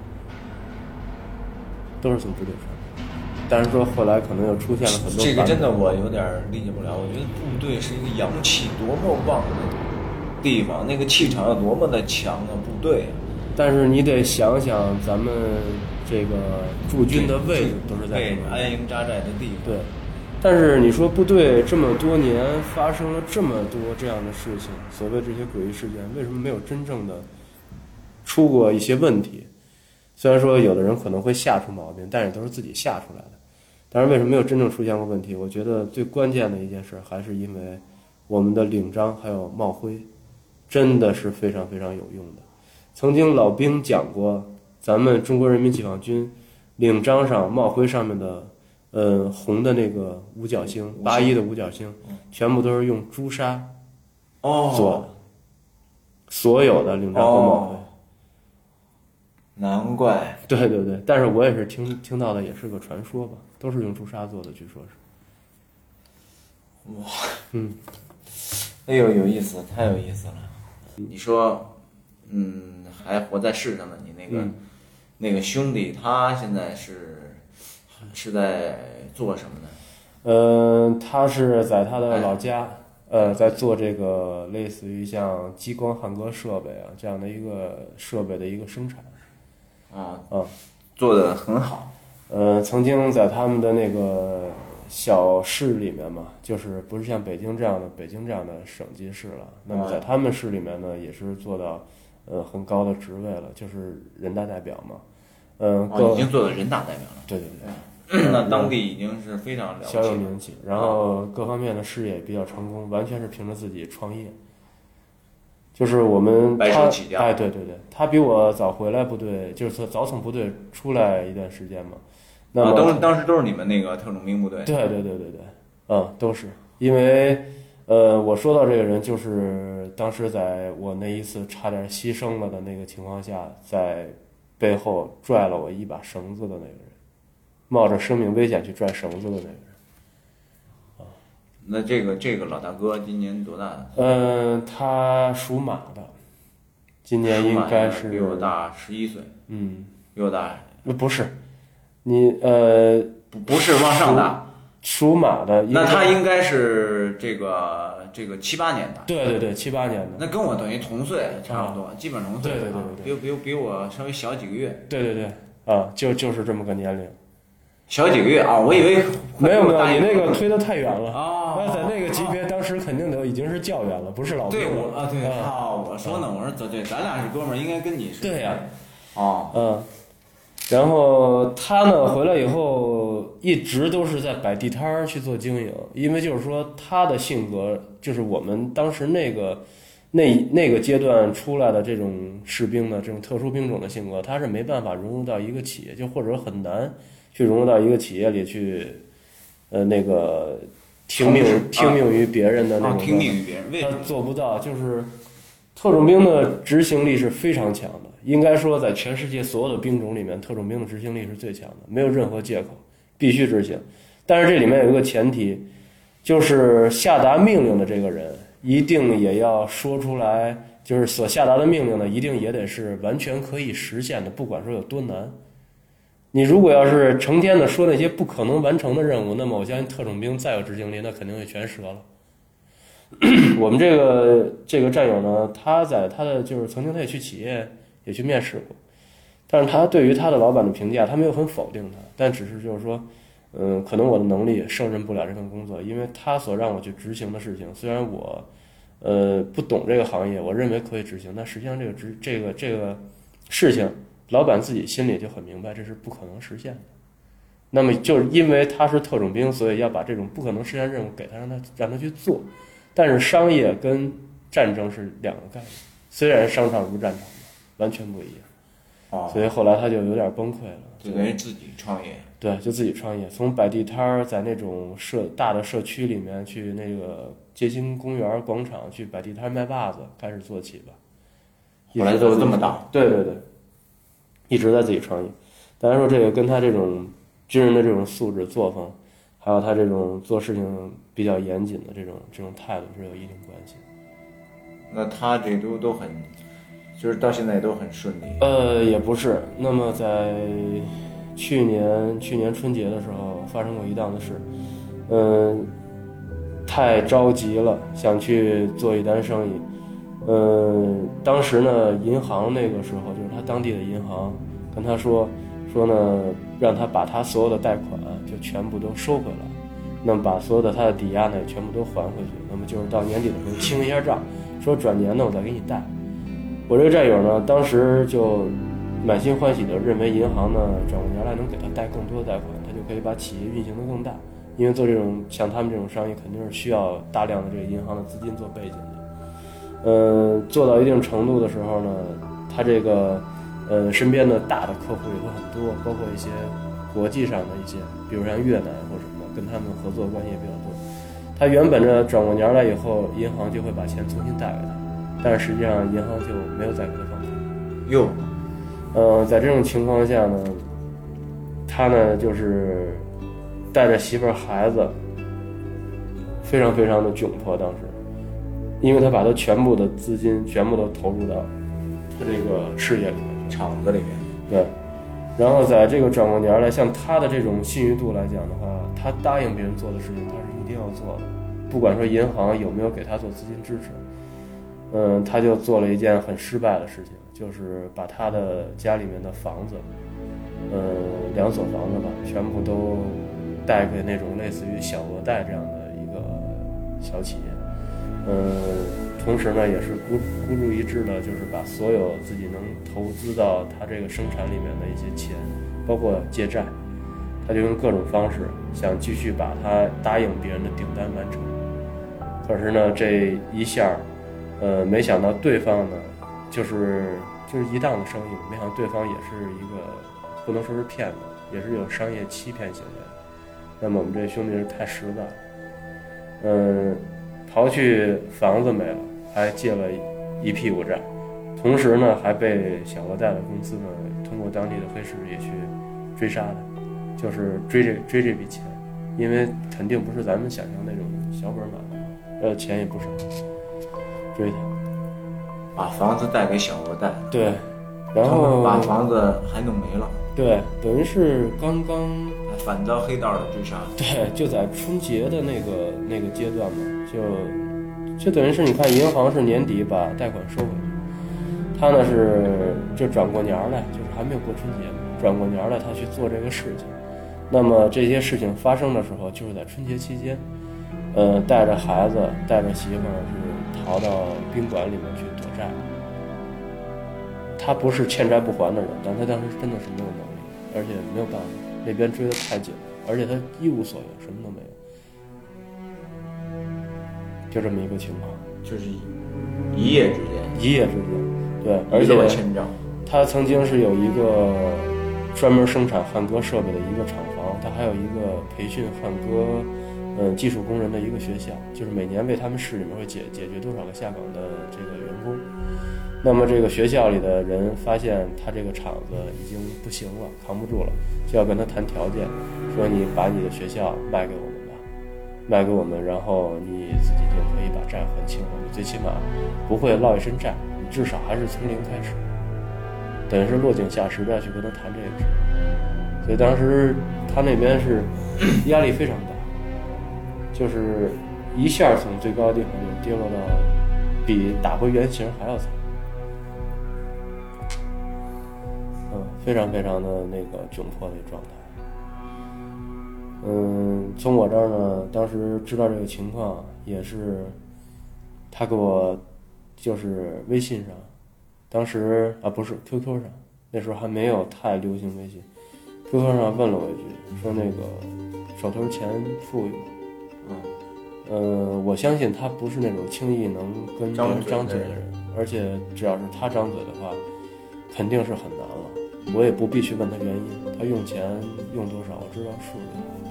都是从部队传的。但是说后来可能又出现了很多。 这个真的我有点理解不了。我觉得部队是一个阳气多么旺的地方，那个气场有多么的强啊，部队。 但是你得想想，咱们这个驻军的位置都是在对安营扎寨的地方。 对。但是你说部队这么多年发生了这么多这样的事情，所谓这些诡异事件，为什么没有真正的出过一些问题？虽然说有的人可能会吓出毛病，但也都是自己吓出来的。但是为什么没有真正出现过问题？我觉得最关键的一件事还是因为我们的领章还有帽徽真的是非常非常有用的。曾经老兵讲过，咱们中国人民解放军领章上帽徽上面的红的那个五角星，81的五角星，全部都是用朱砂做的，所有的领章和帽徽。 难怪。 对对对，但是我也是听到的，也是个传说吧，都是用朱砂做的，据说是。 哇，哎呦，有意思，太有意思了。你说，还活在世上的你那个兄弟，他现在是在做什么呢？ 他是在他的老家，在做这个类似于像激光汉格设备啊这样的一个设备的一个生产。 做得很好。 曾经在他们的那个小市里面嘛，就是不是像北京这样的省级市了，那么在他们市里面呢，也是做到很高的职位了，就是人大代表嘛。 已经做到人大代表了。 对对对。 那当地已经是非常了不起， 小有名气，然后各方面的事业比较成功，完全是凭着自己创业。就是我们白手起家。 对对对，他比我早回来部队，就是早从部队出来一段时间嘛。那么当时都是你们那个特种兵部队。 对对对对对，都是因为我说到这个人，就是当时在我那一次差点牺牲了的那个情况下，在背后拽了我一把绳子的那个人。冒着生命危险去拽绳子的那个人， 那这个老大哥今年多大？ 他属马的，今年应该是比我大11岁。比我大。 不是，你不是往上大。 属马的， 那他应该是这个78年的。 对对对，78年的。 那跟我等于同岁，差不多，基本同岁。 对对对对。 比我稍微小几个月。 对对对，就是这么个年龄。 小几个月啊，我以为没有，你那个推得太远了啊！在那个级别，当时肯定都已经是教员了，不是老兵了。 对，我说呢，我说对，咱俩是哥们儿，应该跟你是。 对呀， 哦， 然后他呢回来以后一直都是在摆地摊儿去做经营，因为就是说他的性格就是我们当时那个阶段出来的这种士兵的这种特殊兵种的性格，他是没办法融入到一个企业，就或者很难去融入到一个企业里去，那个听命于别人的那种， 听命于别人，为什么他做不到，就是特种兵的执行力是非常强的。应该说，在全世界所有的兵种里面，特种兵的执行力是最强的，没有任何借口，必须执行。但是这里面有一个前提，就是下达命令的这个人一定也要说出来，就是所下达的命令呢，一定也得是完全可以实现的，不管说有多难。你如果要是成天的说那些不可能完成的任务，那么我相信特种兵再有执行力，那肯定会全折了。我们这个战友呢，他在他的就是曾经他也去企业也去面试过，但是他对于他的老板的评价，他没有很否定他，但只是就是说，可能我的能力胜任不了这份工作，因为他所让我去执行的事情，虽然我不懂这个行业，我认为可以执行，但实际上这个事情，老板自己心里就很明白这是不可能实现的。那么就是因为他是特种兵，所以要把这种不可能实现任务给他，让他去做。但是商业跟战争是两个概念，虽然商场如战场，完全不一样。所以后来他就有点崩溃了， 就等于自己创业。 对，就自己创业，从摆地摊儿，在那种大的社区里面去那个街心公园广场去摆地摊卖袜子开始做起吧。 后来都这么大。 对，一直在自己创业。当然说这个跟他这种军人的这种素质作风，还有他这种做事情比较严谨的这种态度是有一定关系。 那他这都很，就是到现在都很顺利。 也不是。那么在去年春节的时候发生过一档子事，太着急了，想去做一单生意。当时呢，银行那个时候就是他当地的银行跟他说呢，让他把他所有的贷款就全部都收回来，那么把所有的他的抵押呢也全部都还回去，那么就是到年底的时候清一下账，说转年呢我再给你贷。我这个战友呢，当时就满心欢喜的认为银行呢转过年来能给他贷更多的贷款，他就可以把企业运行得更大，因为做这种像他们这种商业肯定是需要大量的这个银行的资金做背景的。做到一定程度的时候呢，他这个身边的大的客户也都很多，包括一些国际上的一些，比如像越南或什么的，跟他们合作关系也比较多。他原本呢转过年来以后，银行就会把钱重新贷给他，但是实际上银行就没有再给他放款。在这种情况下呢，他呢就是带着媳妇儿孩子，非常非常的窘迫。当时，因为他把他全部的资金全部都投入到他这个事业里面， 厂子里面。 对。然后在这个转过年来，像他的这种信誉度来讲的话，他答应别人做的事情，他是一定要做的，不管说银行有没有给他做资金支持。他就做了一件很失败的事情，就是把他的家里面的房子，2所房子吧，全部都贷给那种类似于小额贷这样的一个小企业。同时呢，也是孤注一掷的，就是把所有自己能投资到他这个生产里面的一些钱，包括借债，他就用各种方式想继续把他答应别人的订单完成。可是呢，这一下没想到对方呢，就是一档子生意，没想到对方也是一个不能说是骗子，也是有商业欺骗行为。那么我们这兄弟是太实在了，刨去房子没了，还借了一屁股债，同时呢还被小额贷的公司呢通过当地的黑市也去追杀的，就是追这笔钱，因为肯定不是咱们想象那种小本买卖，钱也不少。追他， 把房子贷给小额贷， 对，然后把房子还弄没了， 对，等于是刚刚反遭黑道的追杀， 对，就在春节的那个阶段嘛，就等于是你看银行是年底把贷款收回去，他呢是就转过年来，就是还没有过春节嘛，转过年来他去做这个事情，那么这些事情发生的时候就是在春节期间，带着孩子带着媳妇儿是逃到宾馆里面去躲债， 他不是欠债不还的人，但他当时真的是没有能力，而且没有办法，那边追得太紧了，而且他一无所有，什么都没有，就这么一个情况， 就是一夜之间， 对，而且他曾经是有一个专门生产汉歌设备的一个厂房，他还有一个培训汉歌技术工人的一个学校，就是每年为他们市里面会解决多少个下岗的这个员工。那么这个学校里的人发现他这个厂子已经不行了，扛不住了，就要跟他谈条件，说你把你的学校卖给我们吧，卖给我们，然后你自己就可以把债还清了，你最起码不会落一身债，你至少还是从零开始，等于是落井下石的去跟他谈这个事。所以当时他那边是压力非常大，就是一下从最高的地方就跌落到比打回原形还要惨。非常非常的那个窘迫的状态。从我这儿呢，当时知道这个情况，也是他给我就是微信上，当时不是 QQ 上，那时候还没有太流行微信 ，QQ 上问了我一句，说那个手头钱富裕吗？我相信他不是那种轻易能跟别人张嘴的人，而且只要是他张嘴的话，肯定是很难了。我也不必去问他原因，他用钱用多少，我知道数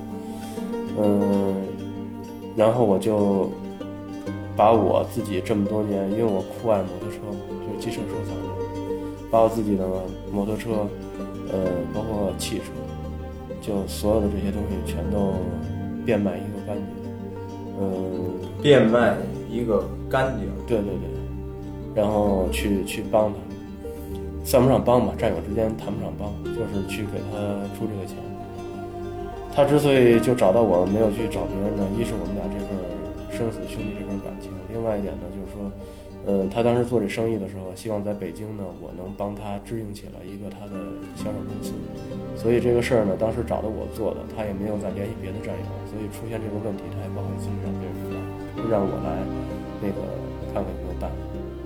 量。然后我就把我自己这么多年，因为我酷爱摩托车嘛，就是机车收藏者，把我自己的摩托车，包括汽车，就所有的这些东西全都变卖一个干净。 变卖一个干净。 对，然后去帮他。算不上帮吧，战友之间谈不上帮，就是去给他出这个钱。他之所以就找到我，没有去找别人呢，一是我们俩这份生死兄弟这份感情，另外一点呢，就是说，他当时做这生意的时候，希望在北京呢，我能帮他支应起了一个他的销售公司，所以这个事儿呢，当时找到我做的，他也没有再联系别的战友，所以出现这个问题，他也不好意思让别人知道，就让我来那个看看有没有办法。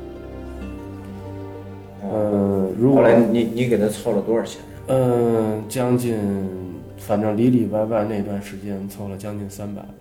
如果后来你给他凑了多少钱？ 将近，反正里里外外那段时间凑了将近300吧。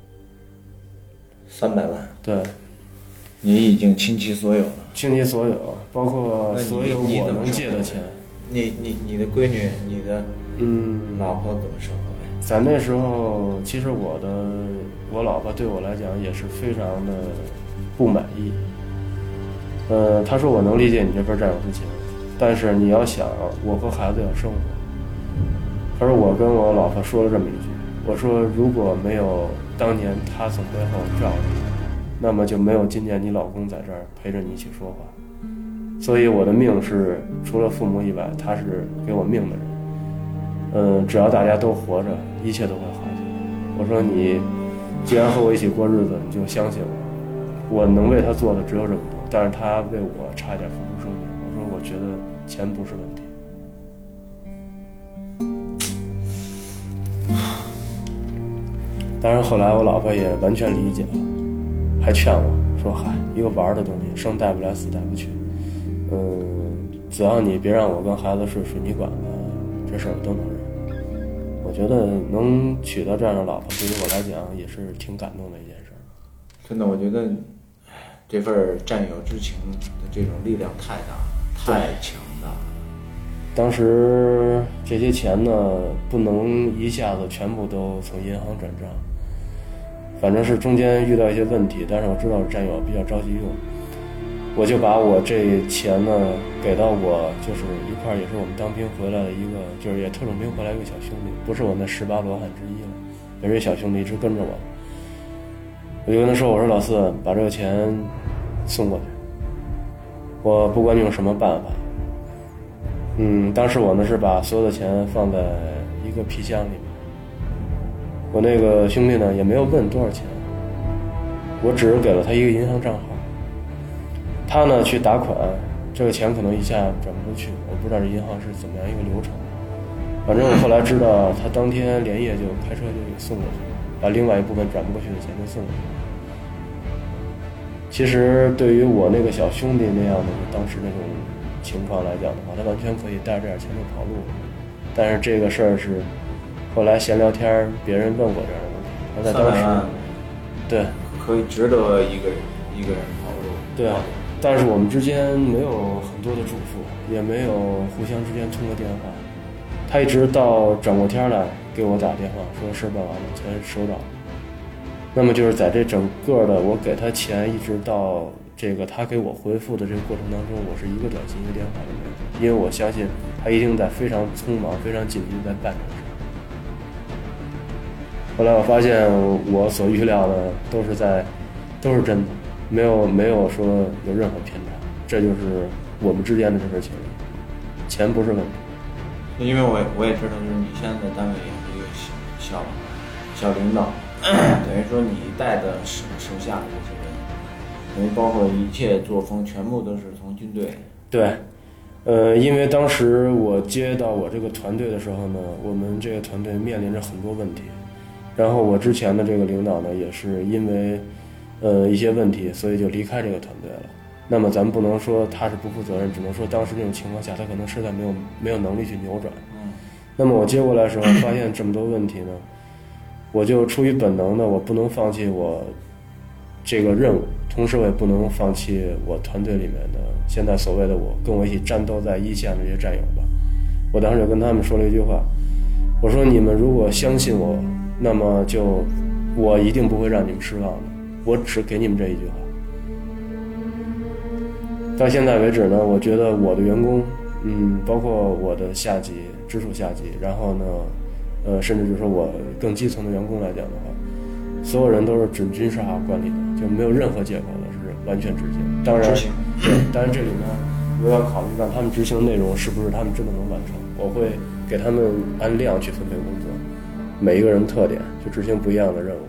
300万。 对。 你已经倾其所有了。 倾其所有，包括所有我能借的钱。 你的闺女，你的老婆怎么生活呀？ 在那时候，其实我老婆对我来讲也是非常的不满意。他说我能理解你这份战友之情，但是你要想我和孩子要生活。他说我跟我老婆说了这么一句，我说如果没有当年他从背后罩着你，那么就没有今年你老公在这儿陪着你一起说话。所以我的命是除了父母以外，他是给我命的人。只要大家都活着，一切都会好的。我说你既然和我一起过日子，你就相信我能为他做的只有这么多，但是他为我差一点付出生命。我说我觉得钱不是问题。当然后来我老婆也完全理解了，还劝我说嗨，一个玩的东西，生带不来死带不去，只要你别让我跟孩子睡水泥管子，这事儿我都能忍。我觉得能娶到这样的老婆，对于我来讲也是挺感动的一件事。 真的，我觉得这份战友之情的这种力量太大，太强大了。 当时这些钱呢，不能一下子全部都从银行转账，反正是中间遇到一些问题，但是我知道战友比较着急用，我就把我这钱呢给到我就是一块也是我们当兵回来的一个，就是也特种兵回来一个小兄弟，不是我那18罗汉之一了，也是小兄弟一直跟着我。我就跟他说，我说老四，把这个钱送过去，我不管你用什么办法。当时我呢是把所有的钱放在一个皮箱里面，我那个兄弟呢也没有问多少钱，我只是给了他一个银行账号，他呢去打款，这个钱可能一下转不过去，我不知道这银行是怎么样一个流程，反正我后来知道他当天连夜就开车就给送过去，把另外一部分转不过去的钱就送过去。其实对于我那个小兄弟那样的当时那种情况来讲的话，他完全可以带着这点钱就跑路了。但是这个事儿是后来闲聊天，别人问过这样的问题，他在当时，对， 可以值得一个人跑路。 对啊，但是我们之间没有很多的嘱咐，也没有互相之间通过电话。他一直到转过天来给我打电话说事办完了才收到。那么就是在这整个的我给他钱一直到这个他给我回复的这个过程当中，我是一个短信一个电话都没有，因为我相信他一定在非常匆忙非常紧急在办这个事。后来我发现我所预料的都是真的，没有说有任何偏差，这就是我们之间的这份情谊，钱不是问题。 因为我也知道，就是你现在在单位也是一个小领导，等于说你带的手下的这些人，等于包括一切作风全部都是从军队。 对，因为当时我接到我这个团队的时候呢，我们这个团队面临着很多问题，然后我之前的这个领导呢，也是因为一些问题，所以就离开这个团队了。那么咱们不能说他是不负责任，只能说当时那种情况下，他可能实在没有能力去扭转。那么我接过来的时候，发现这么多问题呢，我就出于本能的，我不能放弃我这个任务，同时我也不能放弃我团队里面的现在所谓的跟我一起战斗在一线的这些战友吧。我当时就跟他们说了一句话，我说你们如果相信我，那么我一定不会让你们失望的，我只给你们这一句话。到现在为止呢，我觉得我的员工，包括我的下级、直属下级，然后呢，甚至就是说我更基层的员工来讲的话，所有人都是准军事化管理的，就没有任何借口的，是完全执行。当然，对，当然这里呢，我要考虑让他们执行的内容是不是他们真的能完成，我会给他们按量去分配工作，每一个人特点去执行不一样的任务。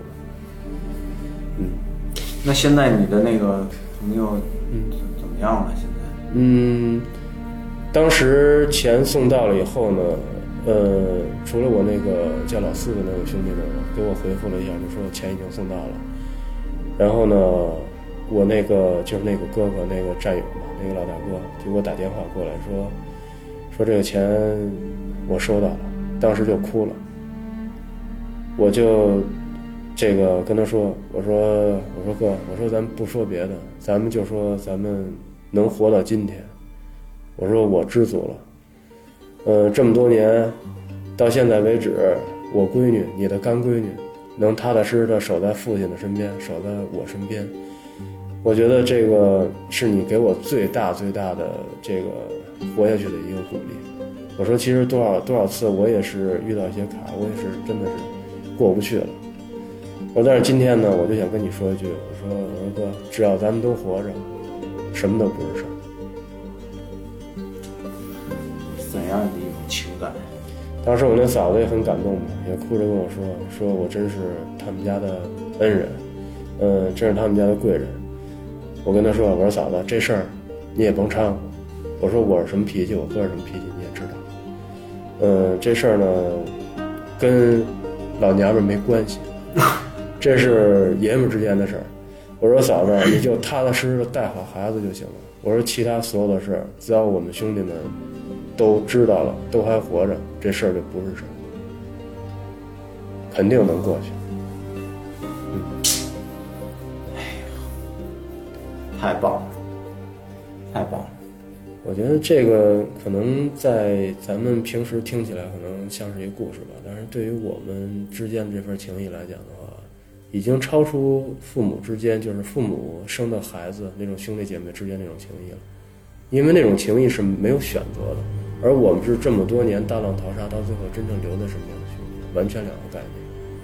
那现在你的那个朋友，怎么样了？现在？ 当时钱送到了以后呢，除了我那个叫老四的那位兄弟呢，给我回复了一下，就说钱已经送到了。然后呢，我那个就是那个哥哥那个战友嘛，那个老大哥就给我打电话过来说这个钱我收到了，当时就哭了。我就这个跟他说，我说哥，我说咱们不说别的，咱们就说咱们能活到今天，我说我知足了。这么多年到现在为止，我闺女，你的干闺女，能踏踏实实的守在父亲的身边，守在我身边，我觉得这个是你给我最大的这个活下去的一个鼓励。我说其实多少次我也是遇到一些坎，我也是真的是过不去了。我但是今天呢，我就想跟你说一句，我说哥，只要咱们都活着，什么都不是事儿。 怎样的一种情感？ 当时我那嫂子也很感动嘛，也哭着跟我说我真是他们家的恩人，真是他们家的贵人。我跟她说，我说嫂子，这事儿你也甭掺和。我说我是什么脾气，我哥是什么脾气，你也知道。这事儿呢，跟老娘们没关系。这是爷们之间的事儿。我说嫂子，你就踏踏实实的带好孩子就行了。我说其他所有的事儿，只要我们兄弟们都知道了，都还活着，这事儿就不是事儿，肯定能过去。 哎呀，太棒了，太棒了！ 我觉得这个可能在咱们平时听起来可能像是一个故事吧，但是对于我们之间的这份情谊来讲的话，已经超出父母之间，就是父母生的孩子那种兄弟姐妹之间那种情谊了。因为那种情谊是没有选择的，而我们是这么多年大浪淘沙，到最后真正留在身边的兄弟，完全两个概念。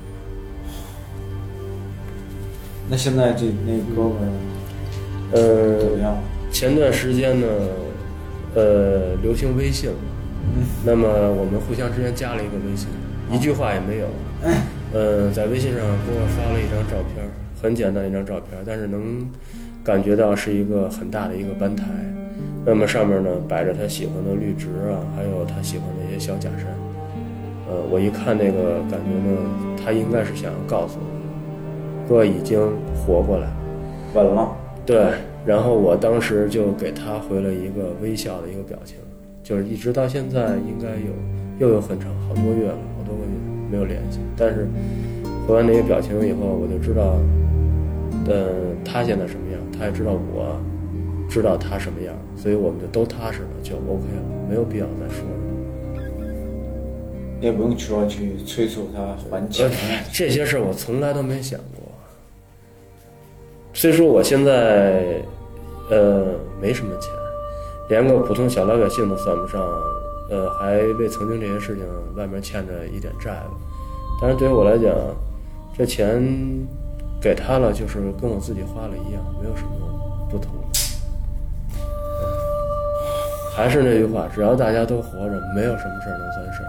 那现在那哥们儿，怎么样？ 前段时间呢，流行微信了，那么我们互相之间加了一个微信，一句话也没有。在微信上给我发了一张照片，很简单的一张照片，但是能感觉到是一个很大的一个班台。那么上面呢摆着他喜欢的绿植啊，还有他喜欢的一些小假山。我一看那个感觉呢，他应该是想要告诉我，哥已经活过来， 稳了。 对，然后我当时就给他回了一个微笑的一个表情，就是一直到现在应该又有很长好多月了，好多个月没有联系，但是回完那个表情以后，我就知道，他现在什么样，他也知道我知道他什么样，所以我们就都踏实了，就 OK 了，没有必要再说了。 也不用说去催促他还钱， 这些事我从来都没想过。虽说我现在没什么钱，连个普通小老百姓都算不上，还为曾经这些事情外面欠着一点债吧。但是对于我来讲，这钱给他了，就是跟我自己花了一样，没有什么不同的。还是那句话，只要大家都活着，没有什么事儿能算事儿。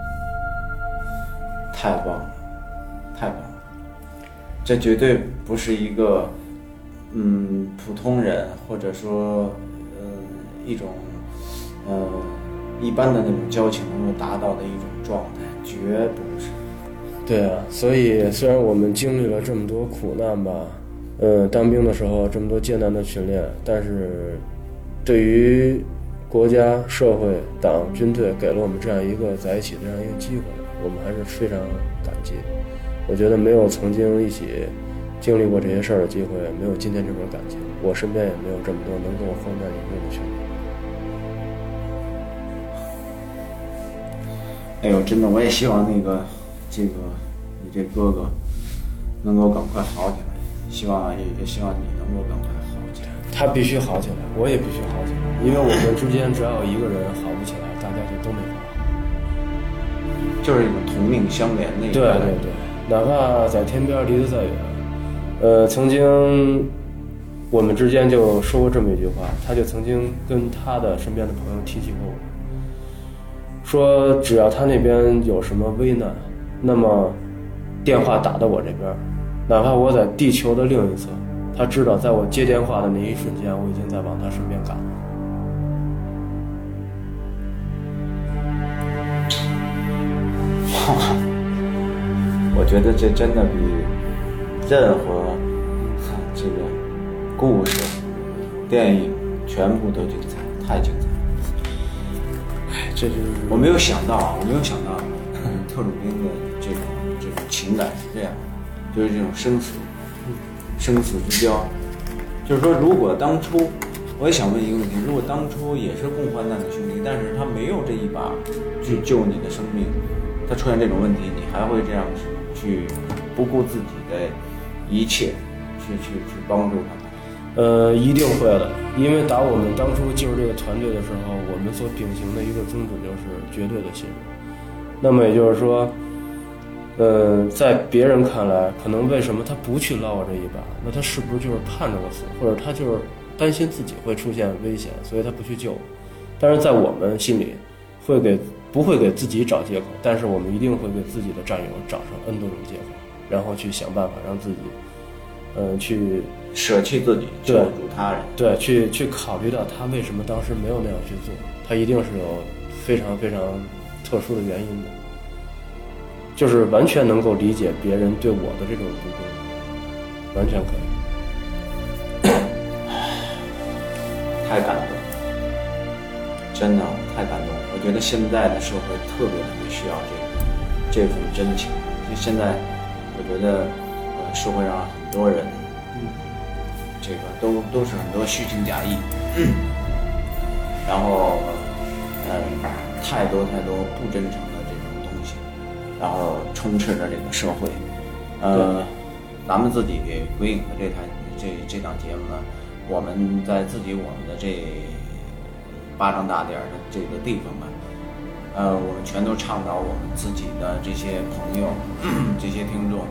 太棒了，太棒了！这绝对不是一个普通人或者说一种一般的那种交情能够达到的一种状态，绝不是。 对啊，所以虽然我们经历了这么多苦难吧，当兵的时候这么多艰难的训练，但是对于国家、社会、党、军队给了我们这样一个在一起的这样一个机会，我们还是非常感激的。我觉得没有曾经一起经历过这些事儿的机会，没有今天这份感情，我身边也没有这么多能跟我患难与共的兄弟。 哎呦，真的，我也希望你这哥哥能够赶快好起来，也希望你能够赶快好起来。 他必须好起来，我也必须好起来，因为我们之间只要有一个人好不起来，大家就都没法好。 就是一种同命相连的一个。 对对对，哪怕在天边离得再远，曾经我们之间就说过这么一句话，他就曾经跟他的身边的朋友提起过我，说只要他那边有什么危难，那么电话打到我这边，哪怕我在地球的另一侧，他知道在我接电话的那一瞬间，我已经在往他身边赶了。 我觉得这真的比任何这个故事、电影全部都精彩，太精彩了。 哎，这就是我没有想到特种兵的这种情感是这样，就是这种生死之交。就是说，如果当初，我也想问一个问题：如果当初也是共患难的兄弟，但是他没有这一把去救你的生命，他出现这种问题，你还会这样去不顾自己的一切去帮助他吗？ 一定会的，因为打我们当初进入这个团队的时候，我们所秉行的一个宗旨就是绝对的信任。那么也就是说，在别人看来，可能为什么他不去捞我这一把？那他是不是就是盼着我死，或者他就是担心自己会出现危险，所以他不去救我？但是在我们心里，不会给自己找借口，但是我们一定会给自己的战友找上 N 多种借口，然后去想办法让自己，去舍弃自己救助他人。 对，去考虑到他为什么当时没有那样去做，他一定是有非常非常特殊的原因的，就是完全能够理解别人对我的这种不公，完全可以。 太感动了，真的太感动了。我觉得现在的社会特别需要这份真情。就现在，我觉得社会上很多人，这个都是很多虚情假意，然后太多不真诚的这种东西，然后充斥着这个社会。咱们自己鬼影的这档节目呢，我们在我们的这巴掌大点的这个地方吧，我们全都倡导我们自己的这些朋友、这些听众，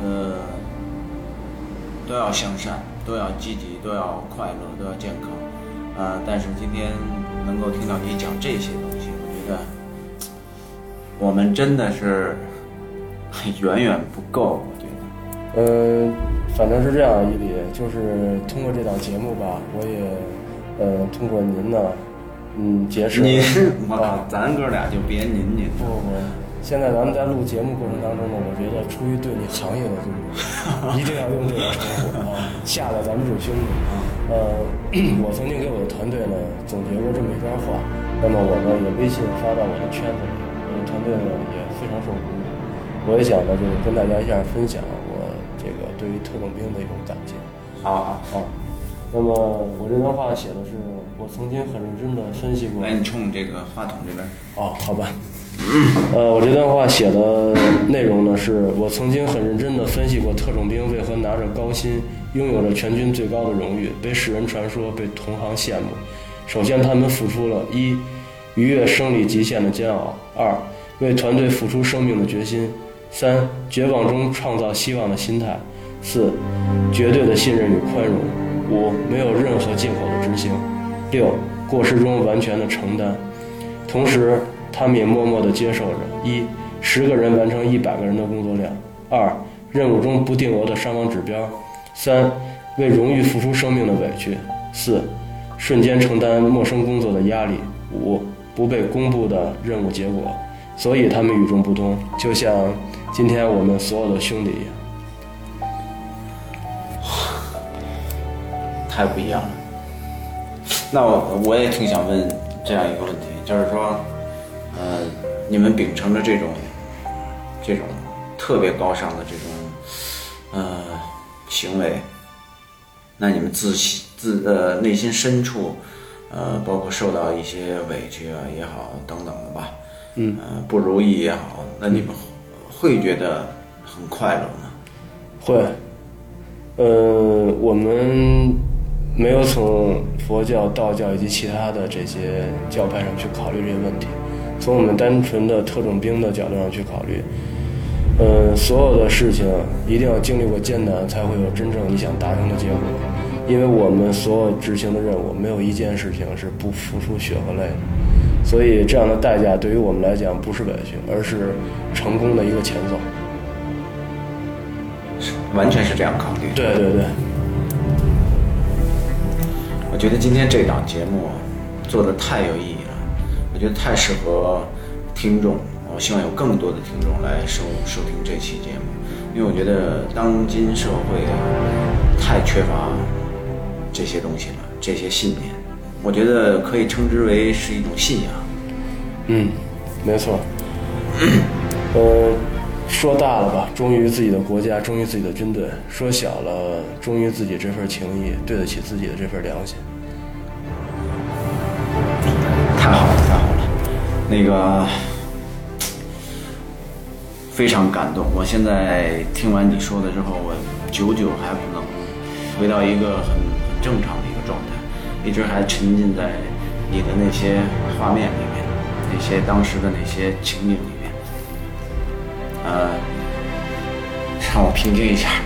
都要向善，都要积极，都要快乐，都要健康。但是今天能够听到你讲这些东西，我觉得我们真的是远远不够。我觉得， 反正是这样，伊里，就是通过这档节目吧，我也通过您呢，结识您，我靠，咱哥俩就别您不， 现在咱们在录节目过程当中呢，我觉得出于对你行业的尊重，一定要用这个称呼啊，下来咱们是兄弟。我曾经给我的团队呢总结过这么一段话，那么我呢也微信发到我的圈子里，我的团队呢也非常受鼓舞。我也想呢就是跟大家一下分享我这个对于特种兵的一种感情。 好。 那么我这段话写的是我曾经很认真的分析过。 来，你冲这个话筒这边。 哦，好吧。我这段话写的内容呢，是我曾经很认真地分析过特种兵为何拿着高薪，拥有着全军最高的荣誉，被世人传说，被同行羡慕。首先，他们付出了1逾越生理极限的煎熬；2为团队付出生命的决心；3绝望中创造希望的心态；4绝对的信任与宽容；5没有任何借口的执行；6过失中完全的承担。同时他们也默默地接受着：110个人完成100个人的工作量；2任务中不定额的伤亡指标；3为荣誉付出生命的委屈；4瞬间承担陌生工作的压力；5不被公布的任务结果。所以他们与众不同，就像今天我们所有的兄弟一样。 太不一样了。那我也挺想问这样一个问题，就是说你们秉承着这种特别高尚的这种行为，那你们内心深处包括受到一些委屈啊也好等等的吧，不如意也好，那你们会觉得很快乐吗？ 会。我们没有从佛教、道教以及其他的这些教派上去考虑这些问题，从我们单纯的特种兵的角度上去考虑，所有的事情一定要经历过艰难，才会有真正你想达成的结果。因为我们所有执行的任务，没有一件事情是不付出血和泪的，所以这样的代价对于我们来讲不是委屈，而是成功的一个前奏。 完全是这样考虑。 对对对。 我觉得今天这档节目做得太有意义了，我觉得太适合听众，我希望有更多的听众来收听这期节目，因为我觉得当今社会太缺乏这些东西了，这些信念，我觉得可以称之为是一种信仰。 没错。说大了吧，忠于自己的国家，忠于自己的军队；说小了，忠于自己这份情谊，对得起自己的这份良心。 太好了，太好了，那个非常感动。我现在听完你说的之后，我久还不能回到一个很正常的一个状态，一直还沉浸在你的那些画面里面，那些当时的那些情景里面。让我平静一下。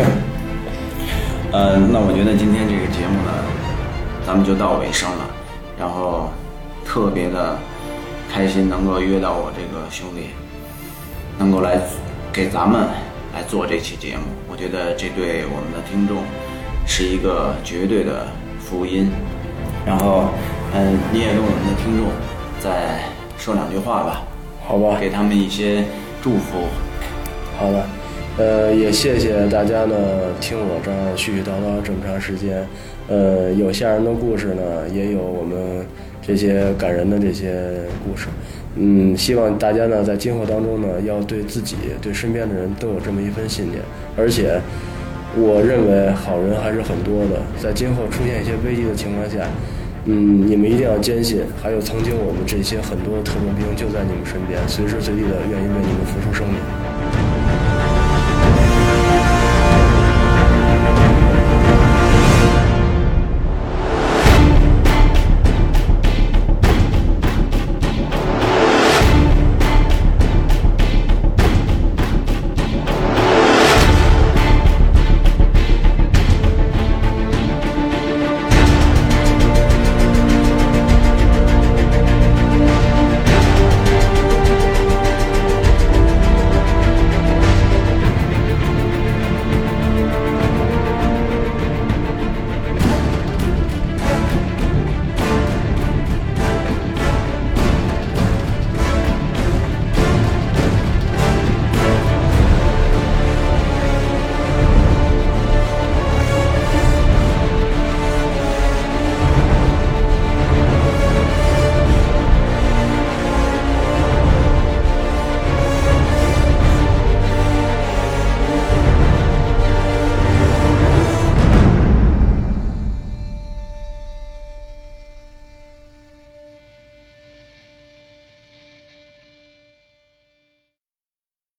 那我觉得今天这个节目呢，咱们就到尾声了。然后特别的开心能够约到我这个兄弟，能够来给咱们来做这期节目。我觉得这对我们的听众是一个绝对的福音。然后你也跟我们的听众再说两句话吧。 好吧， 给他们一些祝福。 好的。也谢谢大家呢，听我这儿絮絮叨叨这么长时间，有吓人的故事呢，也有我们这些感人的这些故事，希望大家呢在今后当中呢，要对自己、对身边的人都有这么一份信念，而且我认为好人还是很多的，在今后出现一些危机的情况下，你们一定要坚信，还有曾经我们这些很多的特种兵就在你们身边，随时随地的愿意为你们付出生命。